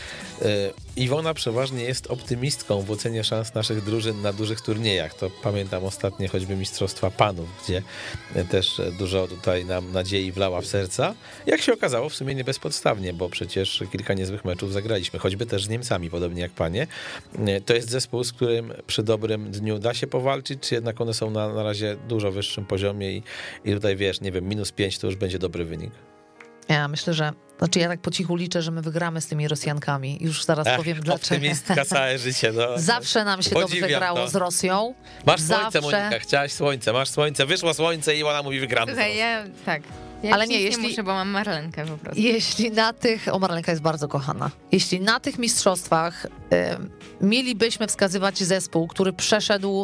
Iwona przeważnie jest optymistką w ocenie szans naszych drużyn na dużych turniejach. To pamiętam ostatnie choćby Mistrzostwa Panów, gdzie też dużo tutaj nam nadziei wlała w serca. Jak się okazało, w sumie nie bezpodstawnie, bo przecież kilka niezłych meczów zagraliśmy, choćby też z Niemcami, podobnie jak panie. To jest zespół, z którym przy dobrym dniu da się powalczyć, czy jednak one są na, na razie dużo wyższym poziomie i, i tutaj wiesz, nie wiem, minus pięć to już będzie dobry wynik. Ja myślę, że, znaczy ja tak po cichu liczę, że my wygramy z tymi Rosjankami. Już zaraz Ech, powiem dlaczego. Optymistka całe życie. No. Zawsze nam się Podziwiam dobrze grało to. z Rosją. Masz Zawsze... słońce, Monika, chciałaś słońce, masz słońce, wyszło słońce i ona mówi wygramy. Słuchaj, ja, tak. Ja ale nie, nie jeśli, muszę, bo mam Marlenkę po prostu. Jeśli na tych, o Marlenka jest bardzo kochana, jeśli na tych mistrzostwach y, mielibyśmy wskazywać zespół, który przeszedł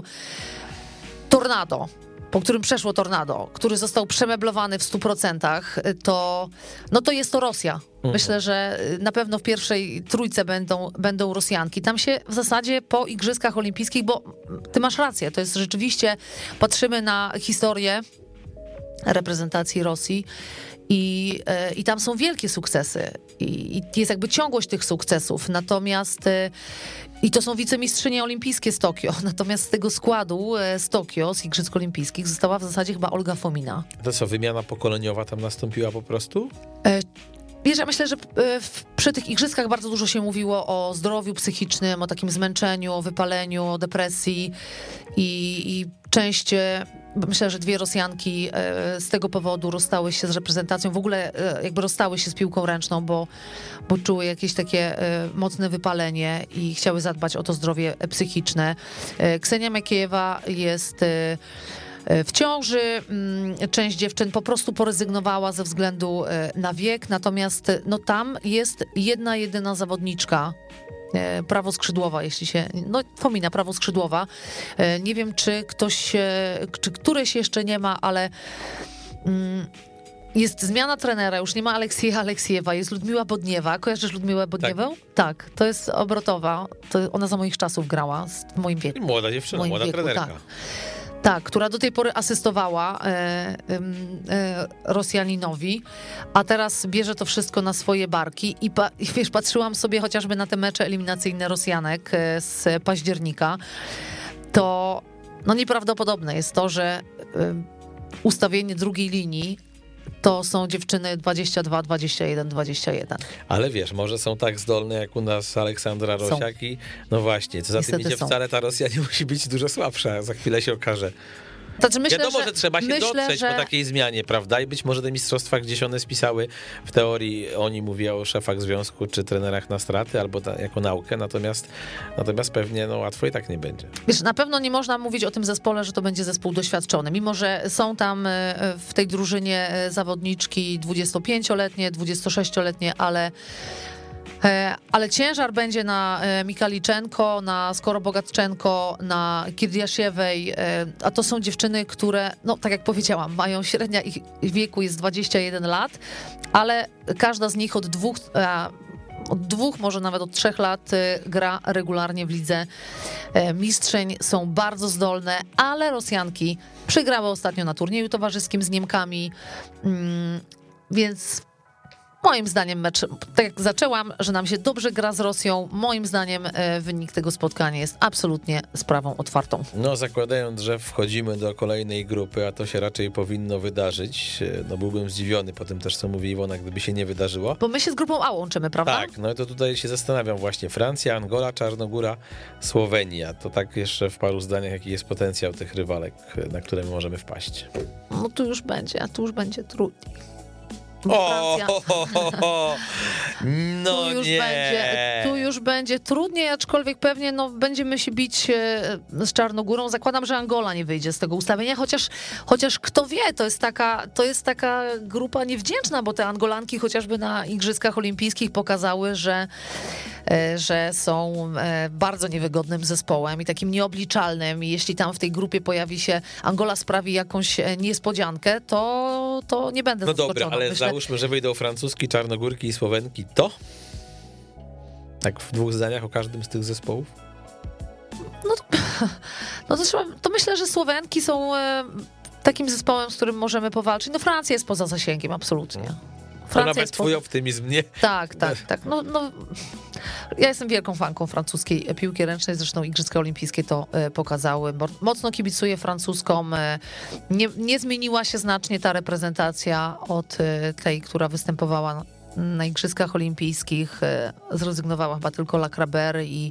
tornado, po którym przeszło tornado, który został przemeblowany w stu procentach, to, no to jest to Rosja. Mhm. Myślę, że na pewno w pierwszej trójce będą, będą Rosjanki. Tam się w zasadzie po Igrzyskach Olimpijskich, bo ty masz rację, to jest rzeczywiście, patrzymy na historię reprezentacji Rosji i, i tam są wielkie sukcesy i, i jest jakby ciągłość tych sukcesów, natomiast i to są wicemistrzynie olimpijskie z Tokio, natomiast z tego składu z Tokio, z Igrzysk Olimpijskich została w zasadzie chyba Olga Fomina. To co, wymiana pokoleniowa tam nastąpiła po prostu? E, Wiesz, ja myślę, że przy tych igrzyskach bardzo dużo się mówiło o zdrowiu psychicznym, o takim zmęczeniu, o wypaleniu, o depresji i, i część, myślę, że dwie Rosjanki z tego powodu rozstały się z reprezentacją, w ogóle jakby rozstały się z piłką ręczną, bo, bo czuły jakieś takie mocne wypalenie i chciały zadbać o to zdrowie psychiczne. Ksenia Makiejewa jest w ciąży, część dziewczyn po prostu porezygnowała ze względu na wiek, natomiast no tam jest jedna, jedyna zawodniczka, prawoskrzydłowa, jeśli się, no Fomina, prawoskrzydłowa. Nie wiem, czy ktoś, czy któreś jeszcze nie ma, ale jest zmiana trenera, już nie ma Aleksieja Aleksiejewa, jest Ludmiła Bodniewa. Kojarzysz Ludmiłę Bodniewę? Tak. tak, to jest obrotowa. To ona za moich czasów grała, w moim wieku. Młoda dziewczyna, moim młoda wieku, trenerka. Tak. Tak, która do tej pory asystowała e, e, Rosjaninowi, a teraz bierze to wszystko na swoje barki i, pa, i wiesz, patrzyłam sobie chociażby na te mecze eliminacyjne Rosjanek e, z października, to no nieprawdopodobne jest to, że e, ustawienie drugiej linii to są dziewczyny dwadzieścia dwa, dwadzieścia jeden, dwadzieścia jeden. Ale wiesz, może są tak zdolne jak u nas Aleksandra Rosiak i no właśnie, co za Niestety tym idzie, są. wcale ta Rosja nie musi być dużo słabsza, za chwilę się okaże. Znaczy myślę, Wiadomo, że, że trzeba się myślę, dotrzeć że... po takiej zmianie, prawda? I być może te mistrzostwa gdzieś one spisały w teorii, oni mówią o szefach związku czy trenerach na straty albo ta, jako naukę, natomiast, natomiast pewnie no, łatwo i tak nie będzie. Wiesz, na pewno nie można mówić o tym zespole, że to będzie zespół doświadczony, mimo że są tam w tej drużynie zawodniczki dwudziestopięcioletnie, dwudziestosześcioletnie, ale ale ciężar będzie na Mikaliczenko, na Skorobogatczenko, na Kirdiasiewej, a to są dziewczyny, które, no tak jak powiedziałam, mają średnia ich wieku jest dwadzieścia jeden lat, ale każda z nich od dwóch, od dwóch, może nawet od trzech lat gra regularnie w lidze mistrzeń, są bardzo zdolne, ale Rosjanki przegrały ostatnio na turnieju towarzyskim z Niemkami, więc moim zdaniem mecz, tak jak zaczęłam, że nam się dobrze gra z Rosją, moim zdaniem wynik tego spotkania jest absolutnie sprawą otwartą. No zakładając, że wchodzimy do kolejnej grupy, a to się raczej powinno wydarzyć, no byłbym zdziwiony po tym też, co mówi Iwona, gdyby się nie wydarzyło. Bo my się z grupą A łączymy, prawda? Tak, no i to tutaj się zastanawiam właśnie. Francja, Angola, Czarnogóra, Słowenia. To tak jeszcze w paru zdaniach, jaki jest potencjał tych rywalek, na które my możemy wpaść. No tu już będzie, a tu już będzie trudniej. O, ho, ho, ho, ho. No tu już nie. Będzie, tu już będzie trudniej, aczkolwiek pewnie no, będziemy się bić z Czarnogórą. Zakładam, że Angola nie wyjdzie z tego ustawienia, chociaż, chociaż kto wie, to jest, taka, to jest taka grupa niewdzięczna, bo te Angolanki chociażby na Igrzyskach Olimpijskich pokazały, że, że są bardzo niewygodnym zespołem i takim nieobliczalnym. I jeśli tam w tej grupie pojawi się, Angola sprawi jakąś niespodziankę, to, to nie będę No zaskoczona. dobra, ale Myślę, załóżmy, że wyjdą Francuski, Czarnogórki i Słowenki, to? Tak w dwóch zdaniach o każdym z tych zespołów? No to, no to, trzeba, to myślę, że Słowenki są e, takim zespołem, z którym możemy powalczyć. No Francja jest poza zasięgiem, absolutnie. To Francja nawet jest twój poza... optymizm nie. Tak, tak, tak. No, no, ja jestem wielką fanką francuskiej piłki ręcznej, zresztą Igrzyska Olimpijskie to e, pokazały. Mocno kibicuję francuskom. E, nie, nie zmieniła się znacznie ta reprezentacja od e, tej, która występowała na Igrzyskach Olimpijskich. E, zrezygnowała chyba tylko Lacrabert i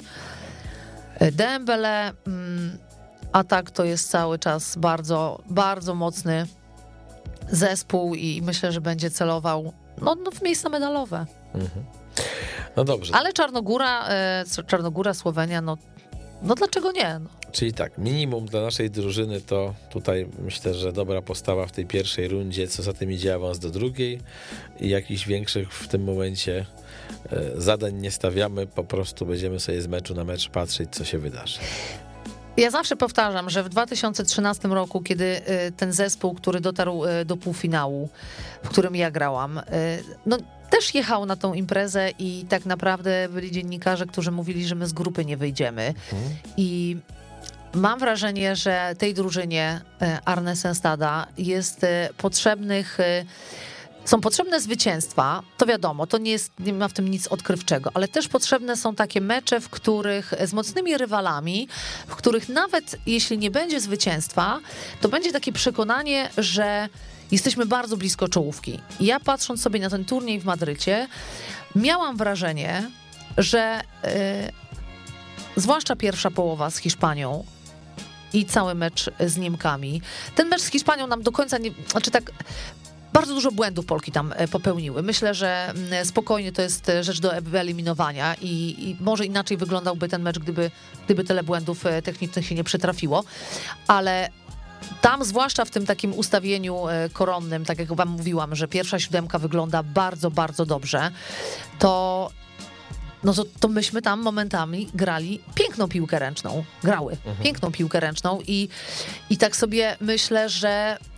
Dembele, a tak to jest cały czas bardzo, bardzo mocny zespół i myślę, że będzie celował no, no w miejsca medalowe. Mhm. No dobrze. Ale Czarnogóra, Czarnogóra, Słowenia, no, no dlaczego nie? No. Czyli tak, minimum dla naszej drużyny to tutaj myślę, że dobra postawa w tej pierwszej rundzie, co za tym idzie awans do drugiej i jakichś większych w tym momencie zadań nie stawiamy, po prostu będziemy sobie z meczu na mecz patrzeć, co się wydarzy. Ja zawsze powtarzam, że w dwa tysiące trzynastym roku, kiedy ten zespół, który dotarł do półfinału, w którym ja grałam, no też jechał na tą imprezę i tak naprawdę byli dziennikarze, którzy mówili, że my z grupy nie wyjdziemy. Mhm. I mam wrażenie, że tej drużynie Arne Senstada jest potrzebnych... Są potrzebne zwycięstwa, to wiadomo, to nie jest, nie ma w tym nic odkrywczego, ale też potrzebne są takie mecze, w których z mocnymi rywalami, w których nawet jeśli nie będzie zwycięstwa, to będzie takie przekonanie, że jesteśmy bardzo blisko czołówki. I ja patrząc sobie na ten turniej w Madrycie, miałam wrażenie, że yy, zwłaszcza pierwsza połowa z Hiszpanią i cały mecz z Niemkami, ten mecz z Hiszpanią nam do końca nie, znaczy tak... Bardzo dużo błędów Polki tam popełniły. Myślę, że spokojnie to jest rzecz do wyeliminowania i, i może inaczej wyglądałby ten mecz, gdyby, gdyby tyle błędów technicznych się nie przytrafiło. Ale tam, zwłaszcza w tym takim ustawieniu koronnym, tak jak wam mówiłam, że pierwsza siódemka wygląda bardzo, bardzo dobrze, to... No to, to myśmy tam momentami grali piękną piłkę ręczną. Grały mhm. piękną piłkę ręczną i, i tak sobie myślę, że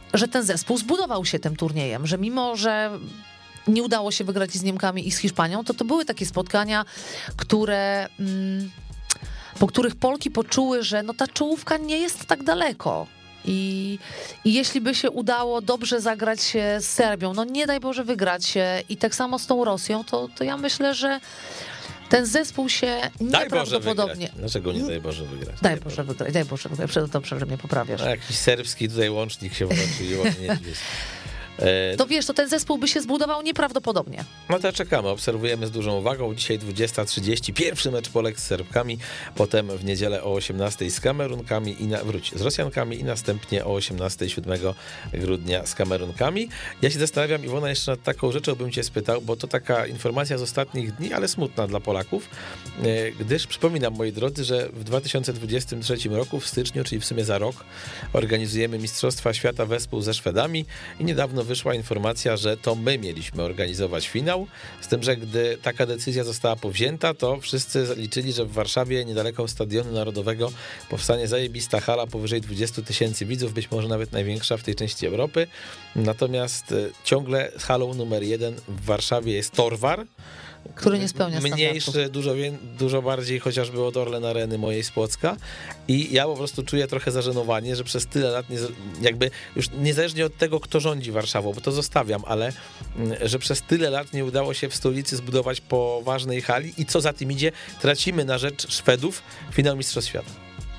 że ten zespół zbudował się tym turniejem, że mimo, że nie udało się wygrać i z Niemkami i z Hiszpanią, to to były takie spotkania, które, mm, po których Polki poczuły, że no ta czołówka nie jest tak daleko. I, I jeśli by się udało dobrze zagrać z Serbią, no nie daj Boże wygrać i tak samo z tą Rosją, to, to ja myślę, że ten zespół się nieprawdopodobnie... Daj Dlaczego nie daj Boże wygrać? Daj Boże wygrać, daj Boże wygrać. Dobrze, że mnie poprawiasz. No, jakiś serbski tutaj łącznik się włączył i ładnie jest. To wiesz, to ten zespół by się zbudował nieprawdopodobnie. No to czekamy, obserwujemy z dużą uwagą. Dzisiaj dwudziesta trzydzieści, pierwszy mecz Polek z Serbkami, potem w niedzielę o osiemnastej z Kamerunkami i na, wróć, z Rosjankami i następnie o osiemnastej siódmego grudnia z Kamerunkami. Ja się zastanawiam, Iwona, jeszcze nad taką rzeczą bym cię spytał, bo to taka informacja z ostatnich dni, ale smutna dla Polaków, gdyż przypominam, moi drodzy, że w dwa tysiące dwudziestym trzecim roku, w styczniu, czyli w sumie za rok, organizujemy Mistrzostwa Świata wespół ze Szwedami i niedawno wyszła informacja, że to my mieliśmy organizować finał, z tym, że gdy taka decyzja została powzięta, to wszyscy liczyli, że w Warszawie, niedaleko Stadionu Narodowego, powstanie zajebista hala powyżej dwudziestu tysięcy widzów, być może nawet największa w tej części Europy. Natomiast ciągle halą numer jeden w Warszawie jest Torwar, który nie spełnia standardów. Mniejszy, dużo, dużo bardziej chociażby od Orlen Areny mojej z Płocka i ja po prostu czuję trochę zażenowanie, że przez tyle lat, nie, jakby już niezależnie od tego, kto rządzi Warszawą, bo to zostawiam, ale że przez tyle lat nie udało się w stolicy zbudować poważnej hali i co za tym idzie, tracimy na rzecz Szwedów finał Mistrzostw Świata.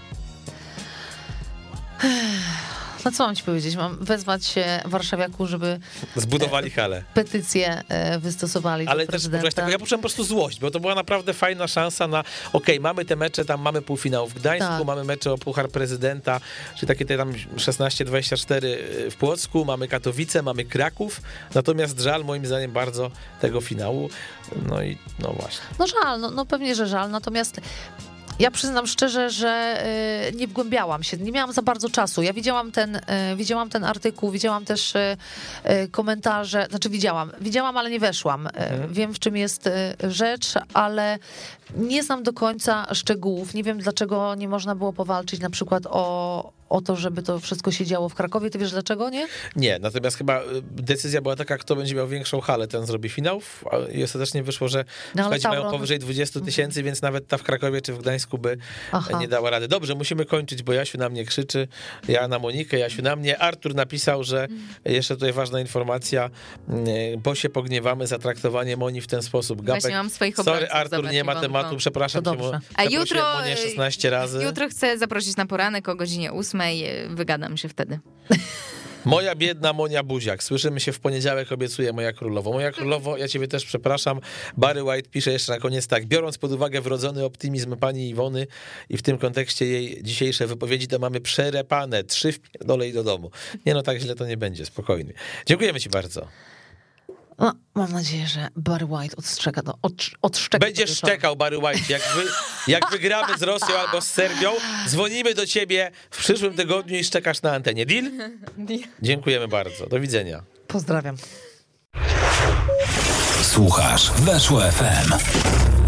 No co mam ci powiedzieć? Mam wezwać się warszawiaków, żeby zbudowali halę. Petycję wystosowali ale do też prezydenta. tego, ja poczułem po prostu złość, bo to była naprawdę fajna szansa na okej, okay, mamy te mecze, tam mamy półfinał w Gdańsku, tak. Mamy mecze o Puchar Prezydenta, czyli takie te tam szesnaście dwadzieścia cztery w Płocku, mamy Katowice, mamy Kraków, natomiast żal moim zdaniem bardzo tego finału, no i no właśnie. No żal, no, no pewnie, że żal, natomiast ja przyznam szczerze, że y, nie wgłębiałam się, nie miałam za bardzo czasu. Ja widziałam ten, y, widziałam ten artykuł, widziałam też y, y, komentarze, znaczy widziałam, widziałam, ale nie weszłam. Y, mhm. Wiem, w czym jest y, rzecz, ale nie znam do końca szczegółów. Nie wiem, dlaczego nie można było powalczyć na przykład o, o to, żeby to wszystko się działo w Krakowie. Ty wiesz dlaczego, nie? Nie, natomiast chyba decyzja była taka, kto będzie miał większą halę, ten zrobi finał i ostatecznie wyszło, że no, mają powyżej dwudziestu tysięcy, mhm. więc nawet ta w Krakowie czy w Gdańsku by Aha. nie dała rady. Dobrze, musimy kończyć, bo Jasiu na mnie krzyczy, ja na Monikę, Jasiu na mnie. Artur napisał, że jeszcze tutaj ważna informacja, bo się pogniewamy za traktowanie Moni w ten sposób. Gapek, Właśnie mam swoich sorry obrazów, Artur, zobacz, nie ma tematu, przepraszam cię, a jutro Monię szesnaście razy. Jutro chcę zaprosić na poranek o godzinie ósmej, wygadam się wtedy. Moja biedna Monia Buziak. Słyszymy się w poniedziałek, obiecuję, moja królowo. Moja królowo, ja ciebie też przepraszam. Barry White pisze jeszcze na koniec tak. Biorąc pod uwagę wrodzony optymizm pani Iwony i w tym kontekście jej dzisiejsze wypowiedzi, to mamy przerepane. Trzy wpierdole i do domu. Nie no, tak źle to nie będzie, spokojnie. Dziękujemy ci bardzo. No, mam nadzieję, że Barry White odstrzega do, od, odszczeka Będziesz szczekał, Barry White. Jak, wy, jak wygramy z Rosją albo z Serbią, dzwonimy do ciebie w przyszłym tygodniu i szczekasz na antenie. Deal? Deal. Dziękujemy bardzo. Do widzenia. Pozdrawiam. Słuchasz Weszło F M.